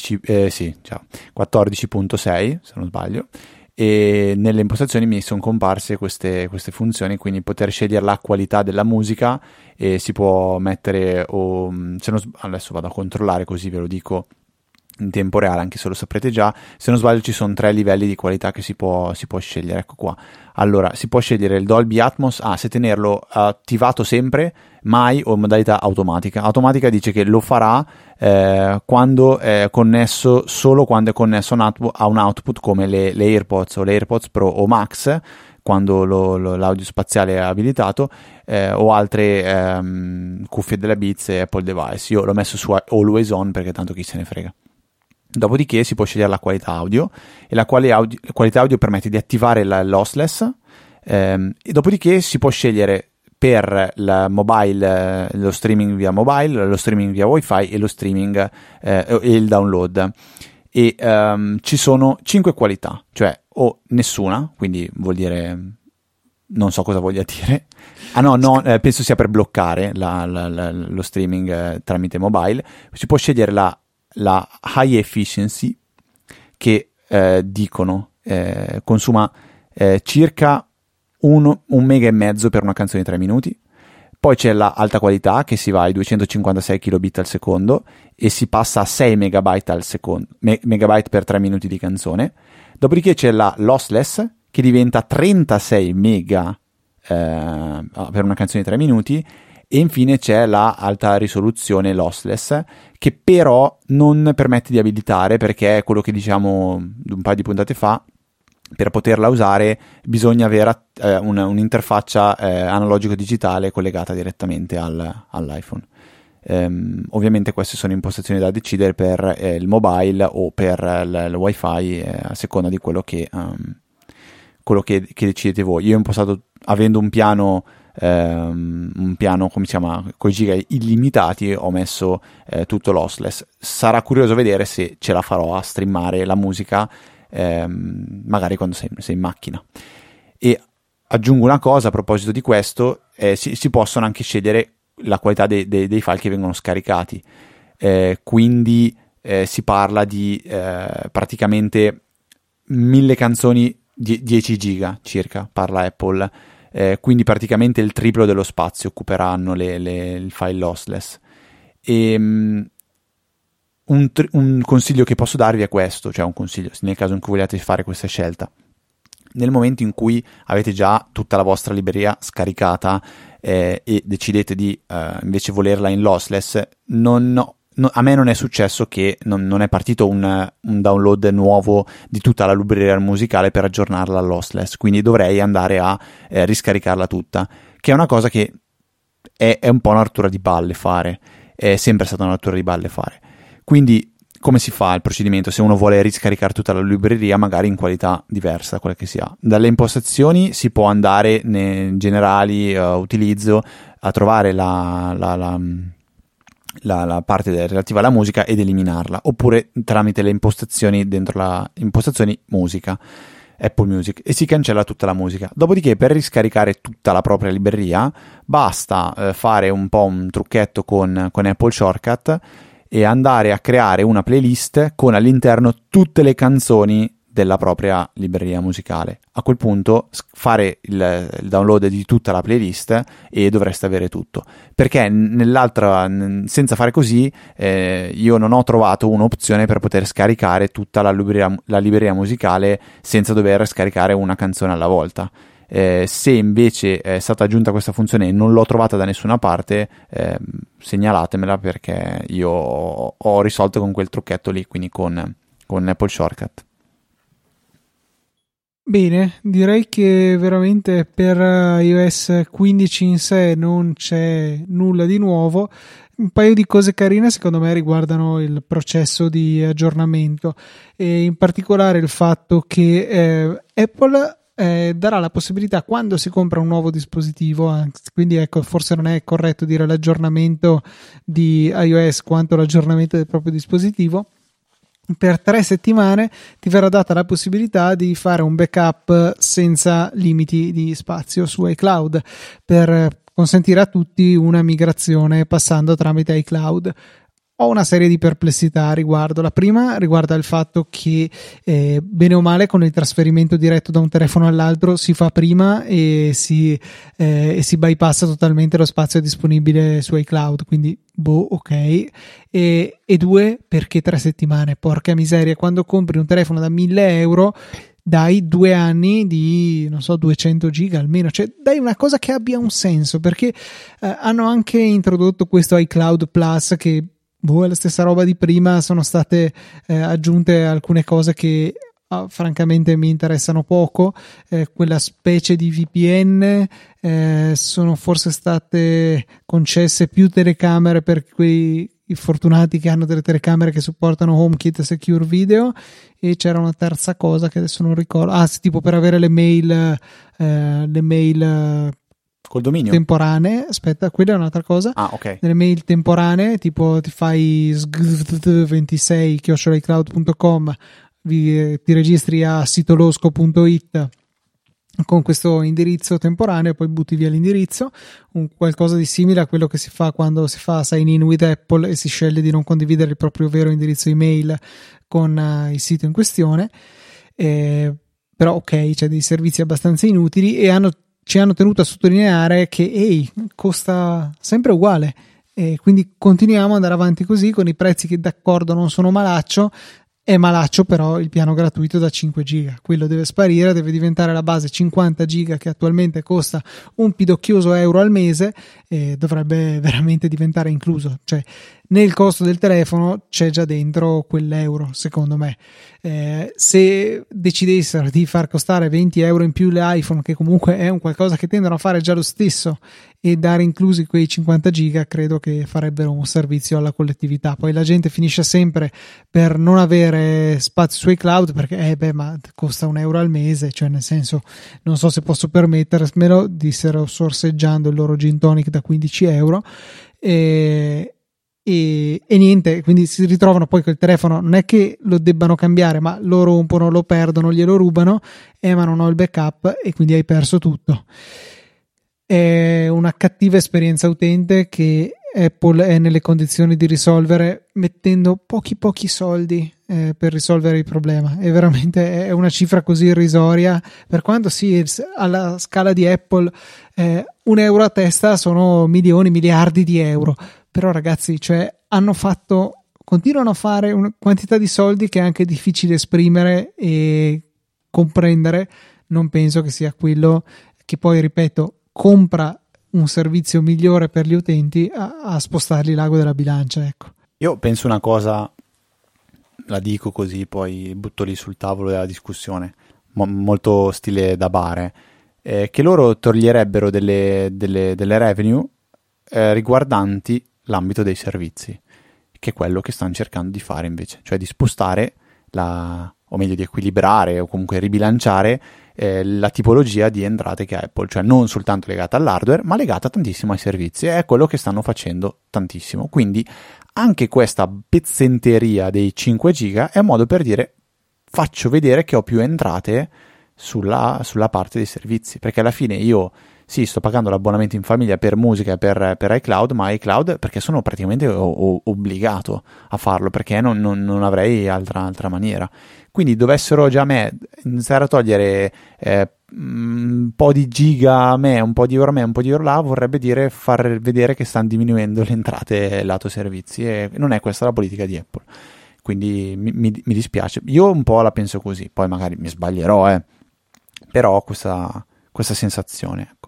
14.6, se non sbaglio, e nelle impostazioni mi sono comparse queste funzioni, quindi poter scegliere la qualità della musica, e si può mettere, adesso vado a controllare così ve lo dico in tempo reale, anche se lo saprete già. Se non sbaglio ci sono 3 livelli di qualità che si può scegliere. Ecco qua. Allora, si può scegliere il Dolby Atmos, se tenerlo attivato sempre, mai, o in modalità automatica. Automatica dice che lo farà quando è connesso, solo quando è connesso a un output come le AirPods o le AirPods Pro o Max, quando l'audio spaziale è abilitato, o altre cuffie della Beats e Apple Device. Io l'ho messo su Always On, perché tanto chi se ne frega. Dopodiché si può scegliere la qualità audio, e la qualità audio permette di attivare la lossless, e dopodiché si può scegliere per la mobile, lo streaming via mobile, lo streaming via wifi e lo streaming e il download. E ci sono 5 qualità, cioè o nessuna, quindi vuol dire non so cosa voglia dire. Penso sia per bloccare lo streaming tramite mobile. Si può scegliere la high efficiency, che dicono consuma circa 1,5 mega per una canzone di 3 minuti. Poi c'è la alta qualità, che si va ai 256 kilobit al secondo e si passa a 6 megabyte al secondo, megabyte per 3 minuti di canzone. Dopodiché c'è la lossless, che diventa 36 mega per una canzone di 3 minuti, e infine c'è la alta risoluzione lossless, che però non permette di abilitare, perché è quello che diciamo un paio di puntate fa: per poterla usare bisogna avere un'interfaccia analogico-digitale collegata direttamente all'iPhone. Ovviamente queste sono impostazioni da decidere per il mobile o per il wifi, a seconda di quello che decidete voi. Io ho impostato, avendo un piano come si chiama, con i giga illimitati, ho messo tutto lossless. Sarà curioso vedere se ce la farò a streamare la musica magari quando sei in macchina. E aggiungo una cosa a proposito di questo: si possono anche scegliere la qualità dei file che vengono scaricati, quindi si parla di praticamente 1000 canzoni, 10 giga circa, parla Apple, quindi praticamente il triplo dello spazio occuperanno il file lossless. E un consiglio che posso darvi è questo, cioè un consiglio nel caso in cui vogliate fare questa scelta: nel momento in cui avete già tutta la vostra libreria scaricata e decidete di invece volerla in lossless, a me non è successo che non è partito un download nuovo di tutta la libreria musicale per aggiornarla a lossless, quindi dovrei andare a riscaricarla tutta, che è una cosa che è un po' una rottura di balle fare, è sempre stata una rottura di balle fare. Quindi come si fa il procedimento se uno vuole riscaricare tutta la libreria, magari in qualità diversa da quella che si ha? Dalle impostazioni si può andare nei generali, utilizzo, a trovare la parte relativa alla musica ed eliminarla, oppure tramite le impostazioni dentro la impostazioni musica, Apple Music, e si cancella tutta la musica. Dopodiché, per riscaricare tutta la propria libreria basta fare un po' un trucchetto con Apple Shortcut e andare a creare una playlist con all'interno tutte le canzoni della propria libreria musicale. A quel punto fare il download di tutta la playlist e dovreste avere tutto, perché nell'altra, senza fare così, io non ho trovato un'opzione per poter scaricare tutta la libreria musicale senza dover scaricare una canzone alla volta. Se invece è stata aggiunta questa funzione e non l'ho trovata da nessuna parte, segnalatemela, perché io ho risolto con quel trucchetto lì, quindi con Apple Shortcut. Bene, direi che veramente per iOS 15 in sé non c'è nulla di nuovo. Un paio di cose carine secondo me riguardano il processo di aggiornamento, e in particolare il fatto che Apple darà la possibilità, quando si compra un nuovo dispositivo, quindi ecco, forse non è corretto dire l'aggiornamento di iOS quanto l'aggiornamento del proprio dispositivo, per 3 settimane ti verrà data la possibilità di fare un backup senza limiti di spazio su iCloud, per consentire a tutti una migrazione passando tramite iCloud. Ho una serie di perplessità a riguardo. La prima riguarda il fatto che bene o male con il trasferimento diretto da un telefono all'altro si fa prima e si bypassa totalmente lo spazio disponibile su iCloud, quindi ok. E due, perché 3 settimane? Porca miseria, quando compri un telefono da 1.000 euro dai 2 anni di, non so, 200 giga almeno, cioè dai una cosa che abbia un senso, perché hanno anche introdotto questo iCloud Plus che è la stessa roba di prima. Sono state aggiunte alcune cose che francamente mi interessano poco, quella specie di VPN, sono forse state concesse più telecamere per quei fortunati che hanno delle telecamere che supportano HomeKit Secure Video, e c'era una terza cosa che adesso non ricordo, sì, tipo per avere le mail col dominio temporanee, aspetta, quella è un'altra cosa. Ok. Nelle mail temporanee, tipo ti fai 26@icloud.com, ti registri a sitolosco.it con questo indirizzo temporaneo, poi butti via l'indirizzo, qualcosa di simile a quello che si fa quando si fa sign in with Apple e si sceglie di non condividere il proprio vero indirizzo email con il sito in questione. Però ok, c'è dei servizi abbastanza inutili, e ci hanno tenuto a sottolineare che costa sempre uguale, e quindi continuiamo ad andare avanti così con i prezzi che d'accordo non sono malaccio, È malaccio però il piano gratuito da 5 giga, quello deve sparire, deve diventare la base 50 giga che attualmente costa un pidocchioso euro al mese e dovrebbe veramente diventare incluso, cioè nel costo del telefono c'è già dentro quell'euro secondo me. Se decidessero di far costare 20 euro in più l'iPhone, che comunque è un qualcosa che tendono a fare già lo stesso, e dare inclusi quei 50 giga, credo che farebbero un servizio alla collettività. Poi la gente finisce sempre per non avere spazio sui cloud perché ma costa un euro al mese, cioè nel senso non so se posso permettermelo, dissero sorseggiando il loro gin tonic da 15 euro e niente, quindi si ritrovano poi col telefono, non è che lo debbano cambiare, ma lo rompono, lo perdono, glielo rubano, ma non ho il backup e quindi hai perso tutto. È una cattiva esperienza utente che Apple è nelle condizioni di risolvere mettendo pochi soldi per risolvere il problema. È veramente una cifra così irrisoria, per quanto sì, alla scala di Apple un euro a testa sono milioni, miliardi di euro, però ragazzi, cioè continuano a fare una quantità di soldi che è anche difficile esprimere e comprendere. Non penso che sia quello che poi, ripeto, compra un servizio migliore per gli utenti a spostarli l'ago della bilancia, ecco. Io penso una cosa, la dico così, poi butto lì sul tavolo della discussione, molto stile da bar, che loro toglierebbero delle revenue riguardanti l'ambito dei servizi, che è quello che stanno cercando di fare invece, cioè di spostare o meglio di equilibrare o comunque ribilanciare la tipologia di entrate che ha Apple, cioè non soltanto legata all'hardware ma legata tantissimo ai servizi. È quello che stanno facendo tantissimo, quindi anche questa pezzenteria dei 5 giga è un modo per dire: faccio vedere che ho più entrate sulla parte dei servizi, perché alla fine io sì, sto pagando l'abbonamento in famiglia per musica e per iCloud, ma iCloud perché sono praticamente obbligato a farlo, perché non avrei altra maniera. Quindi dovessero già iniziare a togliere un po' di giga a me, un po' di euro a me, un po' di euro là, vorrebbe dire far vedere che stanno diminuendo le entrate lato servizi, e non è questa la politica di Apple. Quindi mi dispiace. Io un po' la penso così, poi magari mi sbaglierò, però ho questa sensazione, ecco.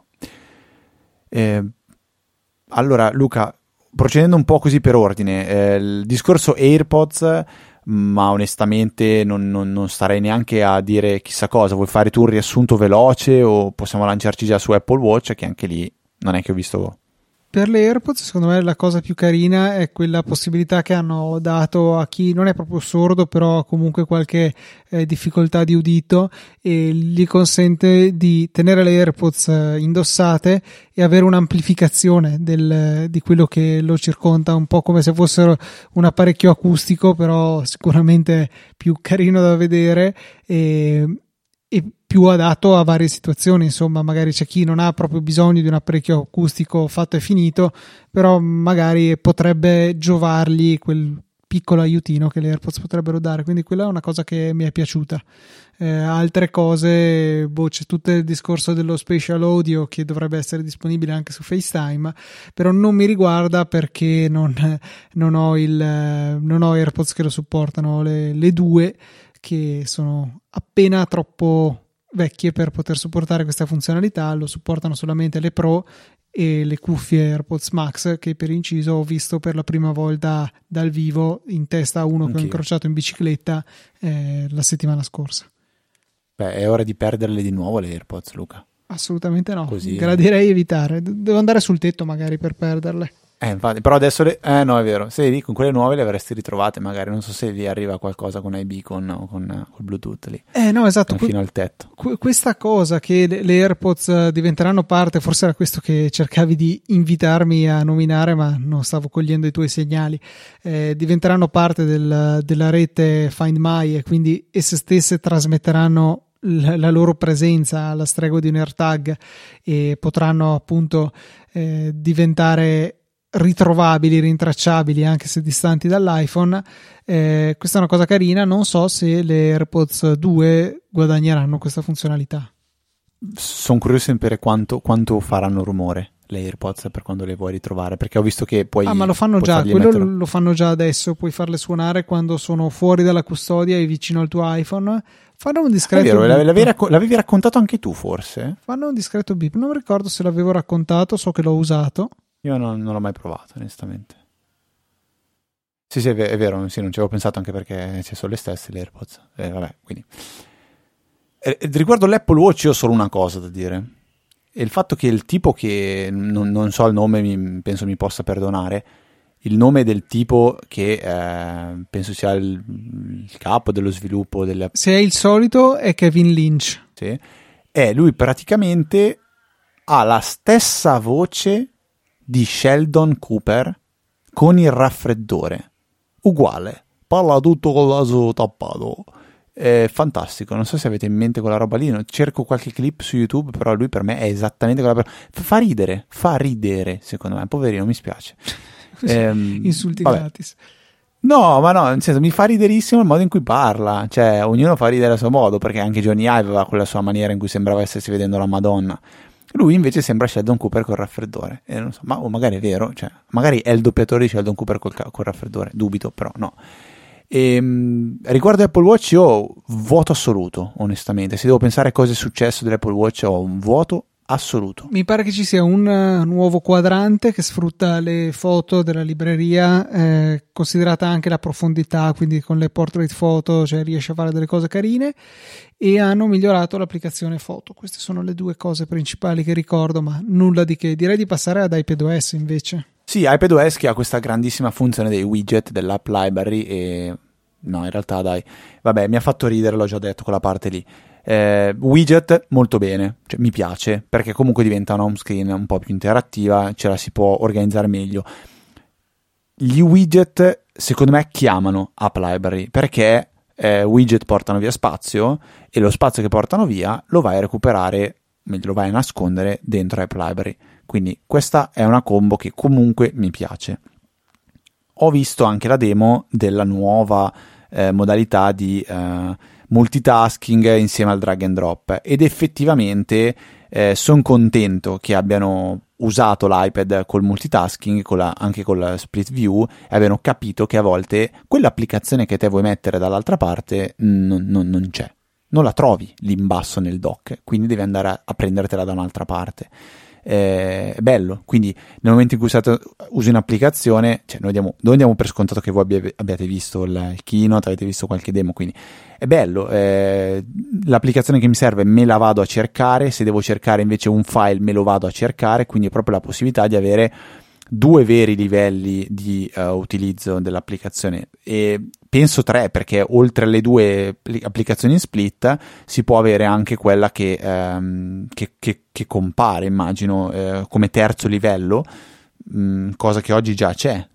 Allora Luca, procedendo un po' così per ordine, il discorso AirPods, ma onestamente non starei neanche a dire chissà cosa. Vuoi fare tu un riassunto veloce o possiamo lanciarci già su Apple Watch, che anche lì non è che ho visto. Per le AirPods, secondo me la cosa più carina è quella possibilità che hanno dato a chi non è proprio sordo, però ha comunque qualche difficoltà di udito, e gli consente di tenere le AirPods indossate e avere un'amplificazione di quello che lo circonda, un po' come se fossero un apparecchio acustico, però sicuramente più carino da vedere e più adatto a varie situazioni. Insomma, magari c'è chi non ha proprio bisogno di un apparecchio acustico fatto e finito, però magari potrebbe giovargli quel piccolo aiutino che le AirPods potrebbero dare, quindi quella è una cosa che mi è piaciuta. Altre cose, c'è tutto il discorso dello spatial audio che dovrebbe essere disponibile anche su FaceTime, però non mi riguarda perché non ho AirPods che lo supportano, le due che sono appena troppo vecchie per poter supportare questa funzionalità. Lo supportano solamente le Pro e le cuffie AirPods Max, che per inciso ho visto per la prima volta dal vivo in testa a uno che ho incrociato in bicicletta la settimana scorsa. Beh, è ora di perderle di nuovo le AirPods, Luca. Assolutamente no, così gradirei evitare. Devo andare sul tetto magari per perderle. Infatti, però adesso no, è vero, se lì con quelle nuove le avresti ritrovate, magari non so se lì arriva qualcosa con iBeacon o con col Bluetooth lì. No, esatto, fino al tetto. Questa cosa che le AirPods diventeranno parte, forse era questo che cercavi di invitarmi a nominare, ma non stavo cogliendo i tuoi segnali, diventeranno parte della rete Find My, e quindi esse stesse trasmetteranno la loro presenza alla stregua di un AirTag e potranno appunto diventare ritrovabili, rintracciabili anche se distanti dall'iPhone. Questa è una cosa carina. Non so se le AirPods 2 guadagneranno questa funzionalità. Sono curioso di sapere quanto faranno rumore, le AirPods per quando le vuoi ritrovare, perché ho visto che puoi... Ma lo fanno puoi già, fargli quello mettere... lo fanno già adesso, puoi farle suonare quando sono fuori dalla custodia e vicino al tuo iPhone. Fanno un È discreto vero, beep. l'avevi raccontato anche tu forse? Fanno un discreto beep, non mi ricordo se l'avevo raccontato, so che l'ho usato. Io non l'ho mai provato, onestamente. Sì, sì, è vero, sì, non ci avevo pensato anche perché ci sono le stesse le AirPods. Vabbè, quindi... riguardo l'Apple Watch io ho solo una cosa da dire. E il fatto che il tipo che non so il nome, penso mi possa perdonare, il nome del tipo che penso sia il capo dello sviluppo delle... Se è il solito è Kevin Lynch. Sì, lui praticamente ha la stessa voce di Sheldon Cooper con il raffreddore. Uguale. Parla tutto con il naso tappato. È fantastico, non so se avete in mente quella roba lì, cerco qualche clip su YouTube, però lui per me è esattamente quella fa ridere secondo me, poverino, mi spiace. Insulti vabbè. gratis. No, ma no, nel senso mi fa riderissimo il modo in cui parla, cioè ognuno fa ridere a suo modo, perché anche Johnny Ive aveva quella sua maniera in cui sembrava essersi vedendo la Madonna. Lui invece sembra Sheldon Cooper col raffreddore, e non so, ma magari è vero, cioè magari è il doppiatore di Sheldon Cooper col raffreddore, dubito, però no. Riguardo Apple Watch io voto assoluto, onestamente. Se devo pensare a cosa è successo dell'Apple Watch ho un voto assoluto. Mi pare che ci sia un nuovo quadrante che sfrutta le foto della libreria, considerata anche la profondità, quindi con le portrait photo, cioè riesce a fare delle cose carine, e hanno migliorato l'applicazione foto. Queste sono le due cose principali che ricordo, ma nulla di che. Direi di passare ad iPadOS invece. Sì, iPadOS che ha questa grandissima funzione dei widget dell'app library e... no, in realtà dai, vabbè, mi ha fatto ridere, l'ho già detto, quella parte lì. Widget molto bene, cioè, mi piace perché comunque diventa una home screen un po' più interattiva, ce la si può organizzare meglio. Gli widget secondo me chiamano App Library perché widget portano via spazio e lo spazio che portano via lo vai a recuperare, meglio lo vai a nascondere dentro App Library, quindi questa è una combo che comunque mi piace. Ho visto anche la demo della nuova modalità di multitasking insieme al drag and drop ed effettivamente sono contento che abbiano usato l'iPad col multitasking, anche con la split view, e abbiano capito che a volte quell'applicazione che te vuoi mettere dall'altra parte non c'è, non la trovi lì in basso nel dock, quindi devi andare a prendertela da un'altra parte. È bello, quindi nel momento in cui usi un'applicazione, cioè noi diamo per scontato che voi abbiate visto il keynote, avete visto qualche demo, quindi è bello, l'applicazione che mi serve me la vado a cercare, se devo cercare invece un file me lo vado a cercare, quindi è proprio la possibilità di avere due veri livelli di utilizzo dell'applicazione, e penso tre, perché oltre alle due applicazioni in split si può avere anche quella che compare, immagino, come terzo livello, cosa che oggi già c'è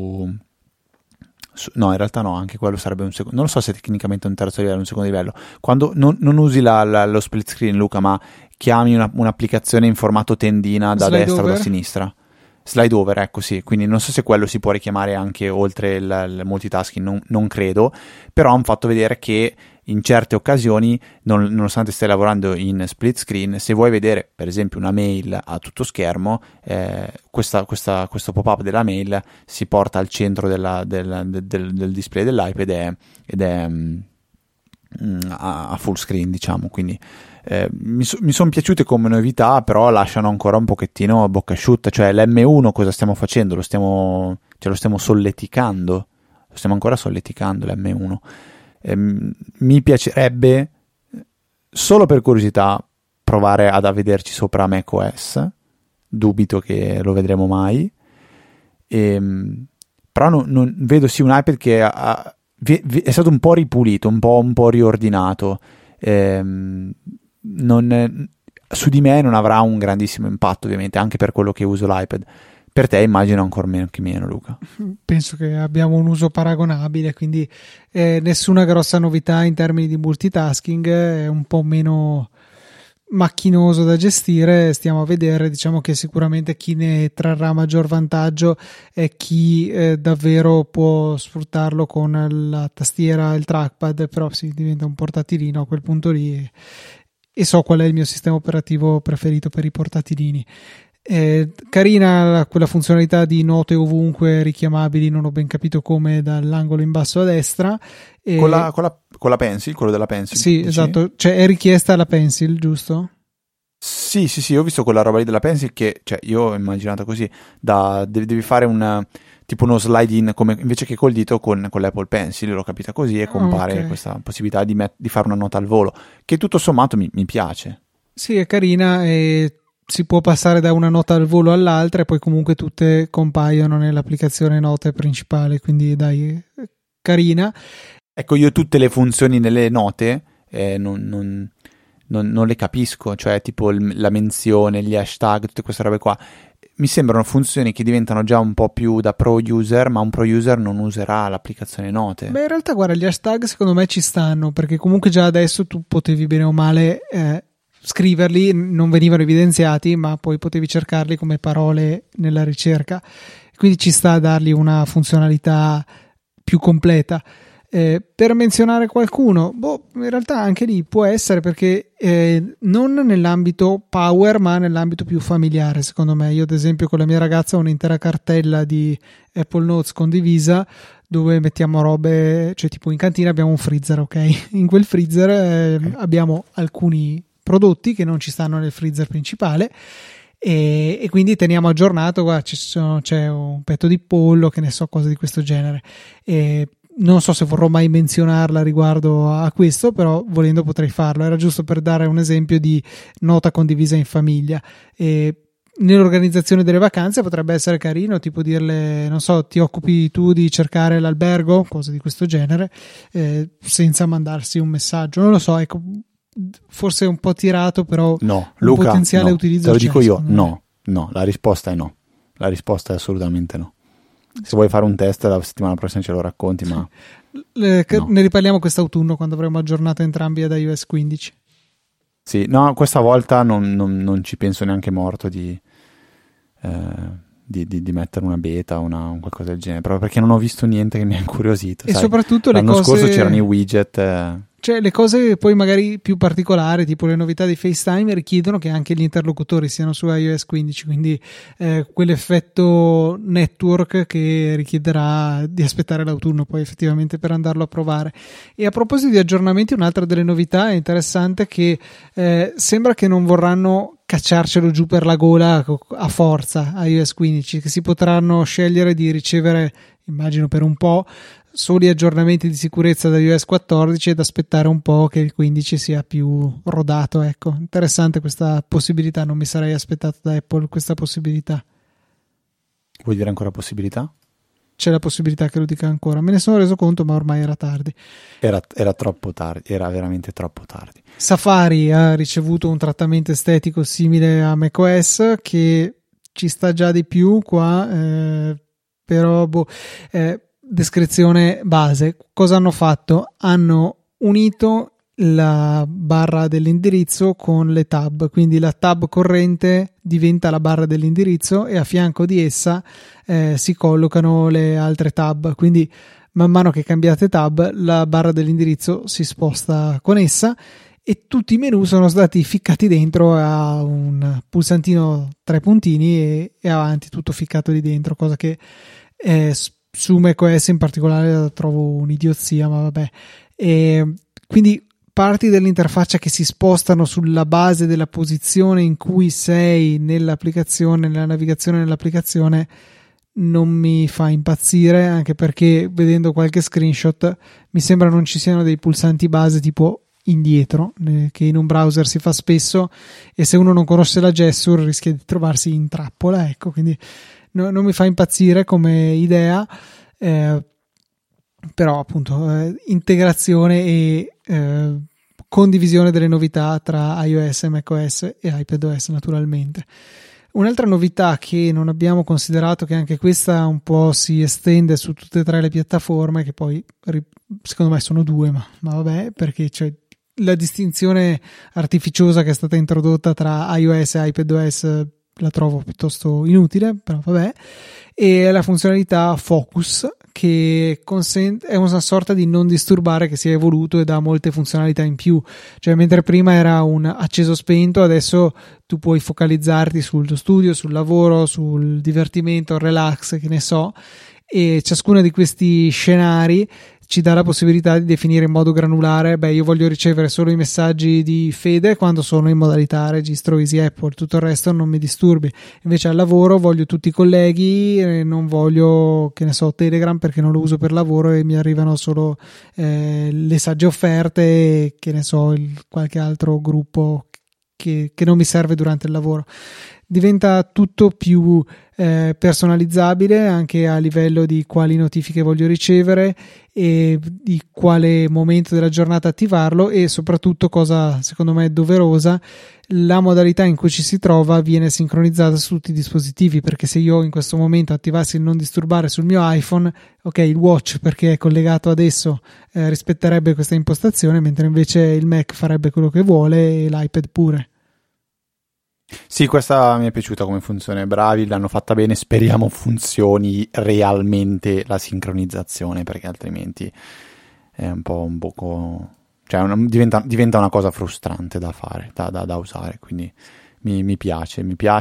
no, in realtà no, anche quello sarebbe un secondo, non lo so se tecnicamente è un terzo livello o un secondo livello. Quando non usi lo split screen, Luca, ma chiami un'applicazione in formato tendina da Slide destra o over? da sinistra. Slide over, ecco, sì, quindi non so se quello si può richiamare anche oltre il multitasking, non credo, però hanno fatto vedere che in certe occasioni, nonostante stai lavorando in split screen, se vuoi vedere per esempio una mail a tutto schermo, questo pop-up della mail si porta al centro del display dell'iPad ed è a full screen, diciamo, quindi mi sono piaciute come novità, però lasciano ancora un pochettino a bocca asciutta. Cioè l'M1 cosa stiamo facendo? Lo stiamo solleticando, lo stiamo ancora solleticando l'M1. Mi piacerebbe, solo per curiosità, provare ad vederci sopra macOS, dubito che lo vedremo mai, però non vedo sì un iPad che è stato un po' ripulito, un po' riordinato, su di me non avrà un grandissimo impatto, ovviamente, anche per quello che uso l'iPad. Per te immagino ancora meno, Luca. Penso che abbiamo un uso paragonabile, quindi nessuna grossa novità in termini di multitasking, è un po' meno macchinoso da gestire, stiamo a vedere. Diciamo che sicuramente chi ne trarrà maggior vantaggio è chi davvero può sfruttarlo con la tastiera e il trackpad, però si diventa un portatilino a quel punto lì, e so qual è il mio sistema operativo preferito per i portatilini. Carina quella funzionalità di note ovunque richiamabili, non ho ben capito come, dall'angolo in basso a destra. Con la pencil, quello della pencil. Sì, dici? esatto, cioè è richiesta la pencil, giusto? Sì, ho visto quella roba lì della pencil che, cioè, io ho immaginato così, devi fare tipo uno slide in, come invece che col dito con l'Apple Pencil, l'ho capita così e compare Okay. questa possibilità di fare una nota al volo, che tutto sommato mi piace. Sì, è carina e si può passare da una nota al volo all'altra e poi comunque tutte compaiono nell'applicazione note principale, quindi dai, carina. Ecco, io tutte le funzioni nelle note non le capisco, cioè tipo la menzione, gli hashtag, tutte queste robe qua. Mi sembrano funzioni che diventano già un po' più da pro user, ma un pro user non userà l'applicazione note. Beh, in realtà, guarda, gli hashtag secondo me ci stanno, perché comunque già adesso tu potevi bene o male scriverli, non venivano evidenziati, ma poi potevi cercarli come parole nella ricerca. Quindi ci sta a dargli una funzionalità più completa. Per menzionare qualcuno, in realtà anche lì può essere, perché non nell'ambito power ma nell'ambito più familiare, secondo me. Io ad esempio con la mia ragazza ho un'intera cartella di Apple Notes condivisa dove mettiamo robe, cioè tipo in cantina abbiamo un freezer, ok? In quel freezer abbiamo alcuni prodotti che non ci stanno nel freezer principale e quindi teniamo aggiornato, guarda, c'è un petto di pollo, che ne so, cose di questo genere. Non so se vorrò mai menzionarla riguardo a questo, però volendo potrei farlo. Era giusto per dare un esempio di nota condivisa in famiglia. Nell'organizzazione delle vacanze potrebbe essere carino, tipo dirle, non so, ti occupi tu di cercare l'albergo, cose di questo genere, senza mandarsi un messaggio. Non lo so, ecco, forse è un po' tirato, però No, un Luca, potenziale no. utilizzo Te lo c'è, dico io, secondo me. no, la risposta è no. La risposta è assolutamente no. Se vuoi fare un test la settimana prossima ce lo racconti, ma no. Ne riparliamo quest'autunno quando avremo aggiornato entrambi ad iOS 15. Sì, no, questa volta non ci penso neanche morto di mettere una beta o un qualcosa del genere, proprio perché non ho visto niente che mi ha incuriosito. E sai. soprattutto le L'anno cose, scorso c'erano i widget. cioè le cose poi magari più particolari, tipo le novità di FaceTime, richiedono che anche gli interlocutori siano su iOS 15, quindi quell'effetto network che richiederà di aspettare l'autunno poi effettivamente per andarlo a provare. E a proposito di aggiornamenti, un'altra delle novità è interessante che sembra che non vorranno cacciarcelo giù per la gola a forza iOS 15, che si potranno scegliere di ricevere, immagino per un po', soli aggiornamenti di sicurezza da iOS 14 ed aspettare un po' che il 15 sia più rodato. Ecco, interessante questa possibilità, non mi sarei aspettato da Apple questa possibilità. Vuoi dire ancora possibilità? C'è la possibilità che lo dica ancora, me ne sono reso conto, ma ormai era tardi. Era troppo tardi, era veramente troppo tardi. Safari ha ricevuto un trattamento estetico simile a macOS, che ci sta già di più qua, però descrizione base. Cosa hanno fatto? Hanno unito la barra dell'indirizzo con le tab, quindi la tab corrente diventa la barra dell'indirizzo e a fianco di essa si collocano le altre tab, quindi man mano che cambiate tab la barra dell'indirizzo si sposta con essa e tutti i menu sono stati ficcati dentro a un pulsantino 3 puntini e avanti, tutto ficcato lì dentro, cosa che su macOS in particolare la trovo un'idiozia, ma vabbè. E quindi parti dell'interfaccia che si spostano sulla base della posizione in cui sei nell'applicazione, nella navigazione nell'applicazione, non mi fa impazzire, anche perché vedendo qualche screenshot mi sembra non ci siano dei pulsanti base tipo indietro, che in un browser si fa spesso, e se uno non conosce la gesture rischia di trovarsi in trappola, ecco, quindi non mi fa impazzire come idea, però appunto integrazione e condivisione delle novità tra iOS, macOS e iPadOS naturalmente. Un'altra novità che non abbiamo considerato, che anche questa un po' si estende su tutte e tre le piattaforme, che poi secondo me sono due, ma vabbè, perché c'è la distinzione artificiosa che è stata introdotta tra iOS e iPadOS, la trovo piuttosto inutile, però vabbè. E la funzionalità Focus, che è una sorta di non disturbare che si è evoluto e dà molte funzionalità in più. Cioè, mentre prima era un acceso spento, adesso tu puoi focalizzarti sul tuo studio, sul lavoro, sul divertimento, il relax, che ne so, e ciascuno di questi scenari ci dà la possibilità di definire in modo granulare: io voglio ricevere solo i messaggi di Fede quando sono in modalità registro Easy Apple, tutto il resto non mi disturbi. Invece al lavoro voglio tutti i colleghi e non voglio, che ne so, Telegram, perché non lo uso per lavoro e mi arrivano solo le sagge offerte e, che ne so, qualche altro gruppo che non mi serve durante il lavoro. Diventa tutto più personalizzabile anche a livello di quali notifiche voglio ricevere e di quale momento della giornata attivarlo, e soprattutto, cosa secondo me doverosa, la modalità in cui ci si trova viene sincronizzata su tutti i dispositivi, perché se io in questo momento attivassi il non disturbare sul mio iPhone, ok, il watch, perché è collegato adesso, rispetterebbe questa impostazione, mentre invece il Mac farebbe quello che vuole e l'iPad pure. Sì, questa mi è piaciuta come funzione, bravi, l'hanno fatta bene, speriamo funzioni realmente la sincronizzazione, perché altrimenti è un poco, cioè diventa una cosa frustrante da fare, da usare, quindi mi piace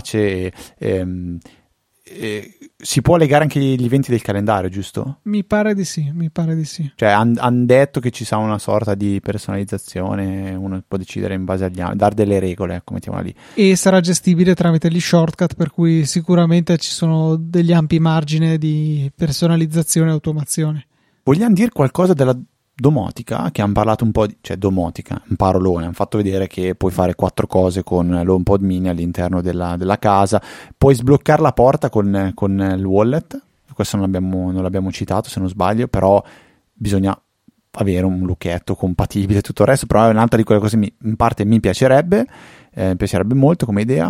e si può legare anche gli eventi del calendario, giusto? Mi pare di sì. Cioè hanno detto che ci sarà una sorta di personalizzazione, uno può decidere in base agli anni, dare delle regole, ecco, mettiamola lì. E sarà gestibile tramite gli shortcut, per cui sicuramente ci sono degli ampi margini di personalizzazione e automazione. Vogliamo dire qualcosa della domotica, che hanno parlato un po' cioè domotica, un parolone, hanno fatto vedere che puoi fare 4 cose con l'HomePod mini all'interno della casa, puoi sbloccare la porta con il wallet, questo non l'abbiamo citato se non sbaglio, però bisogna avere un lucchetto compatibile e tutto il resto, però è un'altra di quelle cose in parte mi piacerebbe molto come idea.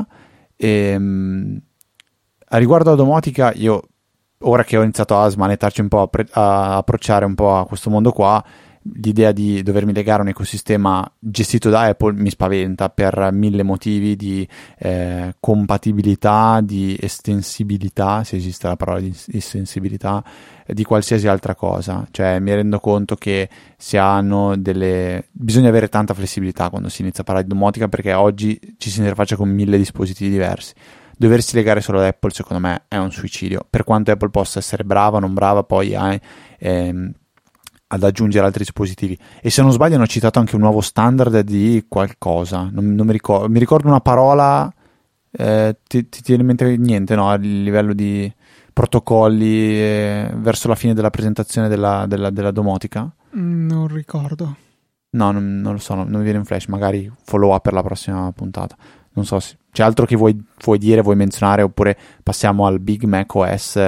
A riguardo alla domotica, io ora che ho iniziato a smanettarci un po', a approcciare un po' a questo mondo qua, l'idea di dovermi legare a un ecosistema gestito da Apple mi spaventa per 1000 motivi di compatibilità, di estensibilità, se esiste la parola di estensibilità, di qualsiasi altra cosa. Cioè mi rendo conto che bisogna avere tanta flessibilità quando si inizia a parlare di domotica, perché oggi ci si interfaccia con 1000 dispositivi diversi. Doversi legare solo ad Apple secondo me è un suicidio, per quanto Apple possa essere brava o non brava poi ad aggiungere altri dispositivi. E se non sbaglio hanno citato anche un nuovo standard di qualcosa, non mi ricordo una parola, ti tiene in mente niente, no? A livello di protocolli verso la fine della presentazione della domotica? Non ricordo. No, non lo so, non mi viene in flash, magari follow up per la prossima puntata. Non so se c'è altro che vuoi dire, vuoi menzionare, oppure passiamo al Big Mac OS.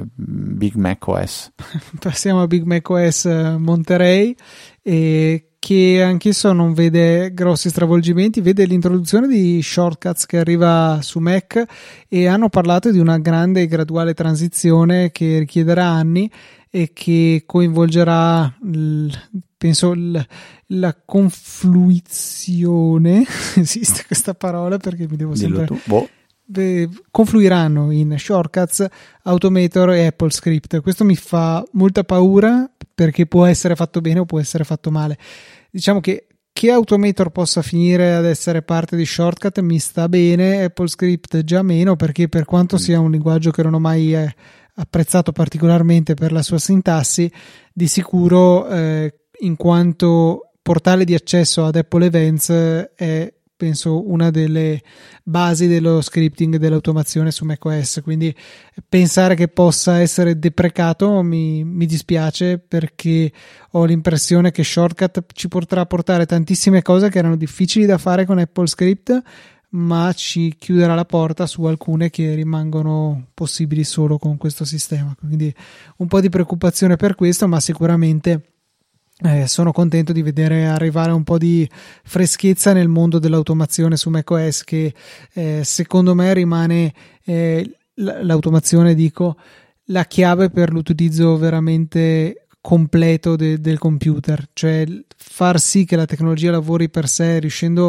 Passiamo a Big Mac OS Monterey, che anch'esso non vede grossi stravolgimenti, vede l'introduzione di shortcuts che arriva su Mac, e hanno parlato di una grande e graduale transizione che richiederà anni e che coinvolgerà penso la confluizione, esiste questa parola perché mi devo sempre confluiranno in shortcuts, Automator e Apple Script. Questo mi fa molta paura, perché può essere fatto bene o può essere fatto male. Diciamo che Automator possa finire ad essere parte di shortcut mi sta bene, Apple Script già meno, perché per quanto sia un linguaggio che non ho mai apprezzato particolarmente per la sua sintassi, di sicuro in quanto portale di accesso ad Apple Events è penso una delle basi dello scripting e dell'automazione su macOS, quindi pensare che possa essere deprecato mi dispiace, perché ho l'impressione che Shortcut ci potrà portare tantissime cose che erano difficili da fare con Apple Script, ma ci chiuderà la porta su alcune che rimangono possibili solo con questo sistema. Quindi un po' di preoccupazione per questo, ma sicuramente sono contento di vedere arrivare un po' di freschezza nel mondo dell'automazione su macOS, che secondo me rimane l'automazione, la chiave per l'utilizzo veramente completo del computer, cioè far sì che la tecnologia lavori per sé, riuscendo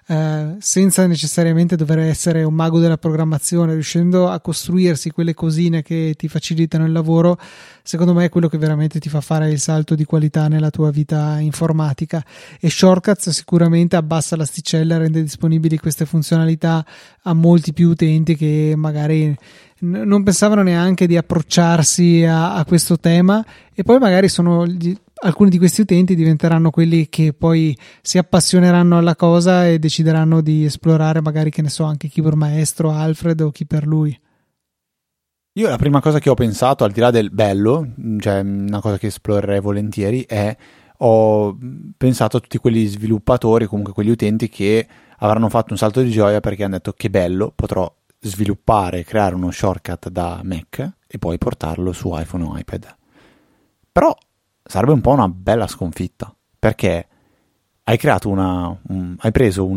senza necessariamente dover essere un mago della programmazione, riuscendo a costruirsi quelle cosine che ti facilitano il lavoro, secondo me è quello che veramente ti fa fare il salto di qualità nella tua vita informatica. E Shortcuts sicuramente abbassa l'asticella, rende disponibili queste funzionalità a molti più utenti che magari non pensavano neanche di approcciarsi a questo tema, e poi magari alcuni di questi utenti diventeranno quelli che poi si appassioneranno alla cosa e decideranno di esplorare magari, che ne so, anche Keyboard Maestro, Alfred o chi per lui. Io la prima cosa che ho pensato, al di là del bello, cioè una cosa che esplorerei volentieri, ho pensato a tutti quegli sviluppatori, comunque quegli utenti che avranno fatto un salto di gioia perché hanno detto che bello, potrò sviluppare, creare uno shortcut da Mac e poi portarlo su iPhone o iPad. Però sarebbe un po' una bella sconfitta, perché hai creato hai preso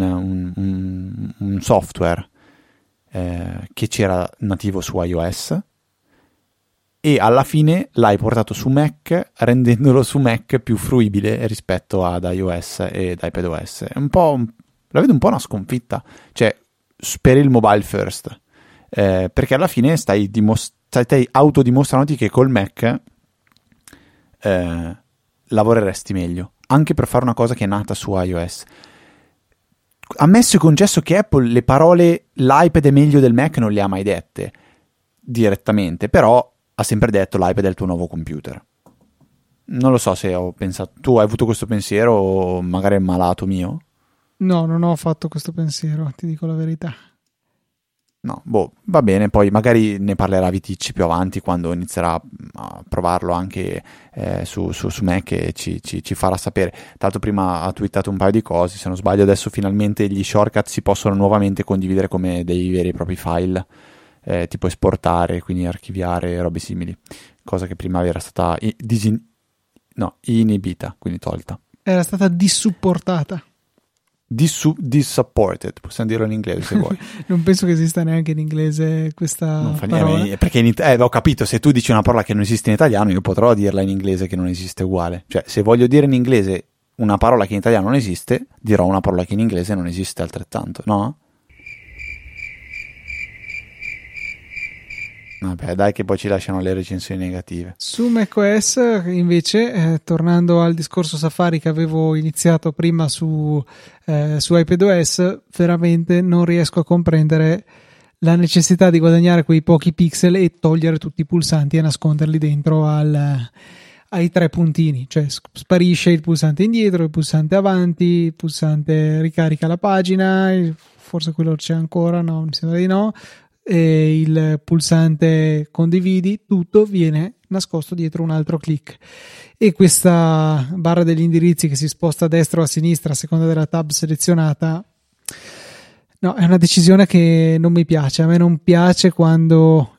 un software che c'era nativo su iOS e alla fine l'hai portato su Mac, rendendolo su Mac più fruibile rispetto ad iOS ed iPadOS. È la vedo un po' una sconfitta, cioè per il mobile first, perché alla fine stai autodimostrandoti che col Mac lavoreresti meglio, anche per fare una cosa che è nata su iOS. Ammesso e concesso che Apple le parole l'iPad è meglio del Mac non le ha mai dette direttamente, però ha sempre detto l'iPad è il tuo nuovo computer. Non lo so se ho pensato, tu hai avuto questo pensiero o magari è malato mio? No, non ho fatto questo pensiero, ti dico la verità. No, va bene, poi magari ne parlerà Viticci più avanti quando inizierà a provarlo anche su Mac e ci farà sapere. Tra l'altro prima ha twittato un paio di cose, se non sbaglio adesso finalmente gli shortcut si possono nuovamente condividere come dei veri e propri file, tipo esportare, quindi archiviare, robe simili, cosa che prima era stata inibita, quindi tolta. Era stata dissupportata. Dissupported, possiamo dirlo in inglese se vuoi. Non penso che esista neanche in inglese questa non fa parola. niente, perché ho capito, se tu dici una parola che non esiste in italiano io potrò dirla in inglese che non esiste uguale, cioè se voglio dire in inglese una parola che in italiano non esiste, dirò una parola che in inglese non esiste altrettanto, no? Vabbè, dai che poi ci lasciano le recensioni negative. Su macOS invece, tornando al discorso Safari che avevo iniziato prima su iPadOS, veramente non riesco a comprendere la necessità di guadagnare quei pochi pixel e togliere tutti i pulsanti e nasconderli dentro ai tre puntini, cioè sparisce il pulsante indietro, il pulsante avanti, il pulsante ricarica la pagina, forse quello c'è ancora, no, mi sembra di no, e il pulsante condividi, tutto viene nascosto dietro un altro click. E questa barra degli indirizzi che si sposta a destra o a sinistra a seconda della tab selezionata, no, è una decisione che non mi piace. A me non piace quando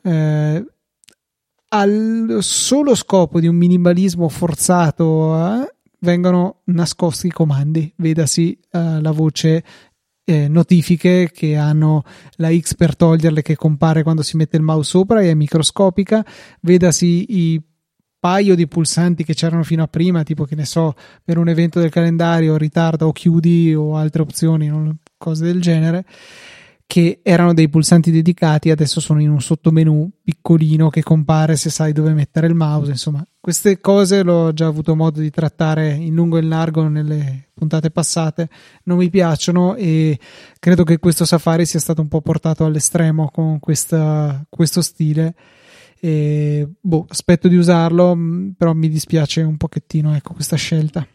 al solo scopo di un minimalismo forzato vengono nascosti i comandi, vedasi la voce notifiche che hanno la X per toglierle, che compare quando si mette il mouse sopra e è microscopica, vedasi i paio di pulsanti che c'erano fino a prima, tipo che ne so, per un evento del calendario ritarda o chiudi o altre opzioni, cose del genere, che erano dei pulsanti dedicati, adesso sono in un sottomenu piccolino che compare se sai dove mettere il mouse. Insomma, queste cose l'ho già avuto modo di trattare in lungo e in largo nelle puntate passate, non mi piacciono e credo che questo Safari sia stato un po' portato all'estremo con questo stile e aspetto di usarlo, però mi dispiace un pochettino, ecco, questa scelta.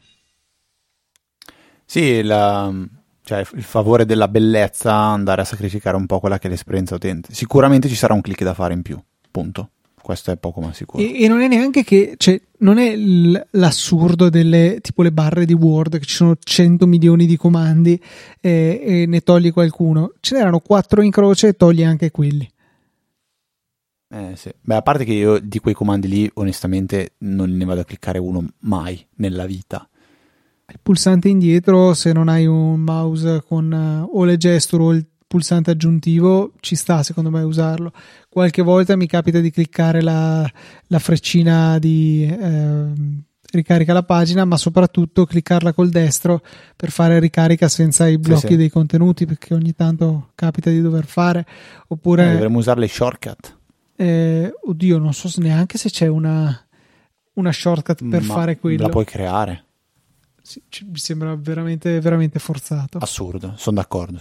Sì, cioè il favore della bellezza, andare a sacrificare un po' quella che è l'esperienza utente. Sicuramente ci sarà un click da fare in più, punto. Questo è poco ma sicuro. E non è neanche che, cioè, non è l'assurdo delle tipo le barre di Word che ci sono 100 milioni di comandi e ne togli qualcuno. Ce n'erano 4 in croce e togli anche quelli. Sì. Beh, a parte che io di quei comandi lì onestamente non ne vado a cliccare uno mai nella vita. Il pulsante indietro, se non hai un mouse con o le gesture o il pulsante aggiuntivo, ci sta secondo me usarlo. Qualche volta mi capita di cliccare la freccina di ricarica la pagina, ma soprattutto cliccarla col destro per fare ricarica senza i blocchi dei contenuti, perché ogni tanto capita di dover fare. Oppure dovremmo usare le shortcut. Oddio, non so neanche se c'è una shortcut per fare quello. La puoi creare. Sì, mi sembra veramente, veramente forzato. Assurdo, sono d'accordo.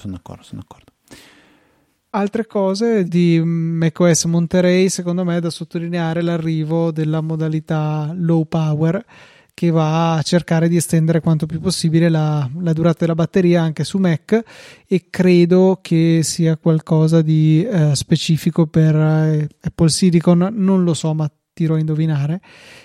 Altre cose di macOS Monterey, secondo me è da sottolineare l'arrivo della modalità low power, che va a cercare di estendere quanto più possibile la durata della batteria anche su Mac, e credo che sia qualcosa di specifico per Apple Silicon, non lo so, ma tiro a indovinare.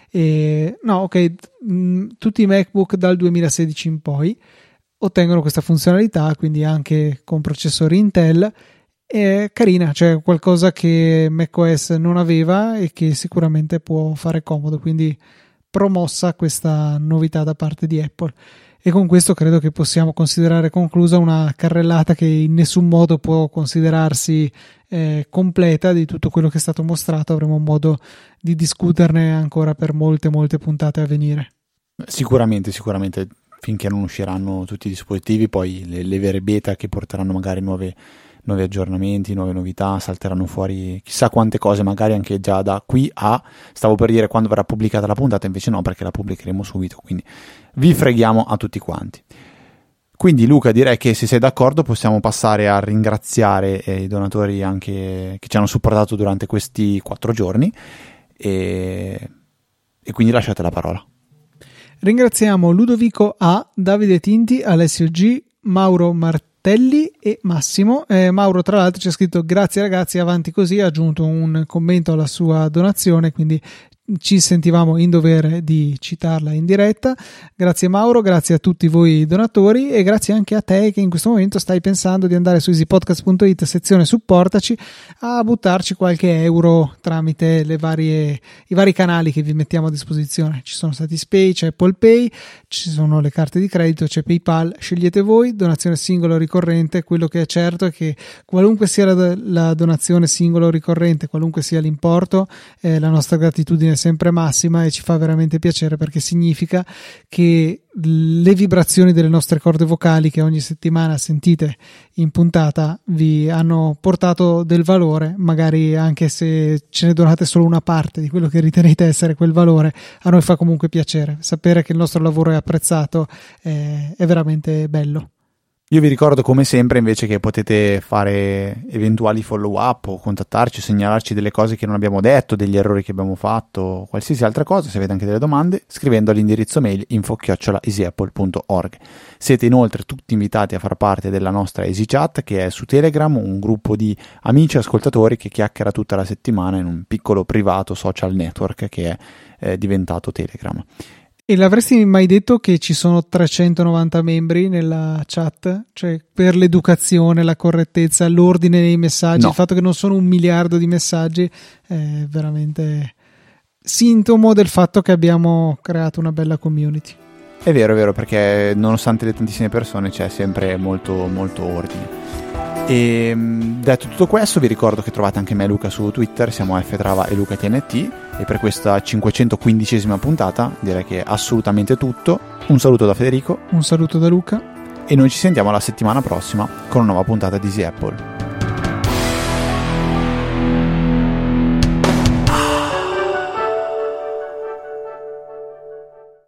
Tutti i MacBook dal 2016 in poi ottengono questa funzionalità, quindi anche con processori Intel. È carina, cioè qualcosa che macOS non aveva e che sicuramente può fare comodo, quindi promossa questa novità da parte di Apple. E con questo credo che possiamo considerare conclusa una carrellata che in nessun modo può considerarsi completa di tutto quello che è stato mostrato. Avremo modo di discuterne ancora per molte puntate a venire. Sicuramente, finché non usciranno tutti i dispositivi, poi le vere beta che porteranno magari nuovi aggiornamenti, nuove novità, salteranno fuori chissà quante cose, magari anche già da qui a, stavo per dire quando verrà pubblicata la puntata, invece no, perché la pubblicheremo subito, quindi vi freghiamo a tutti quanti. Quindi Luca, direi che se sei d'accordo possiamo passare a ringraziare i donatori anche che ci hanno supportato durante questi 4 giorni e quindi lasciate la parola. Ringraziamo Ludovico A, Davide Tinti, Alessio G, Mauro Martelli e Massimo. Mauro tra l'altro ci ha scritto: grazie ragazzi, avanti così, ha aggiunto un commento alla sua donazione, quindi ci sentivamo in dovere di citarla in diretta. Grazie Mauro, grazie a tutti voi donatori e grazie anche a te che in questo momento stai pensando di andare su easypodcast.it, sezione supportaci, a buttarci qualche euro tramite i vari canali che vi mettiamo a disposizione. Ci sono Satispay, c'è Apple Pay, ci sono le carte di credito, c'è PayPal, scegliete voi, donazione singola o ricorrente. Quello che è certo è che qualunque sia la donazione singola o ricorrente, qualunque sia l'importo, la nostra gratitudine è sempre massima e ci fa veramente piacere, perché significa che le vibrazioni delle nostre corde vocali che ogni settimana sentite in puntata vi hanno portato del valore, magari anche se ce ne donate solo una parte di quello che ritenete essere quel valore. A noi fa comunque piacere sapere che il nostro lavoro è apprezzato, è veramente bello. Io vi ricordo come sempre invece che potete fare eventuali follow up o contattarci, segnalarci delle cose che non abbiamo detto, degli errori che abbiamo fatto, qualsiasi altra cosa. Se avete anche delle domande, scrivendo all'indirizzo mail info@easyapple.org. Siete inoltre tutti invitati a far parte della nostra Easy Chat, che è su Telegram, un gruppo di amici ascoltatori che chiacchiera tutta la settimana in un piccolo privato social network che è diventato Telegram. E l'avresti mai detto che ci sono 390 membri nella chat? Cioè, per l'educazione, la correttezza, l'ordine dei messaggi, no. Il fatto che non sono 1 miliardo di messaggi è veramente sintomo del fatto che abbiamo creato una bella community. È vero, perché nonostante le tantissime persone c'è sempre molto ordine. E detto tutto questo, vi ricordo che trovate anche me e Luca su Twitter, siamo ftrava e lucatnt, e per questa 515esima puntata direi che è assolutamente tutto. Un saluto da Federico, un saluto da Luca e noi ci sentiamo la settimana prossima con una nuova puntata di Easy Apple.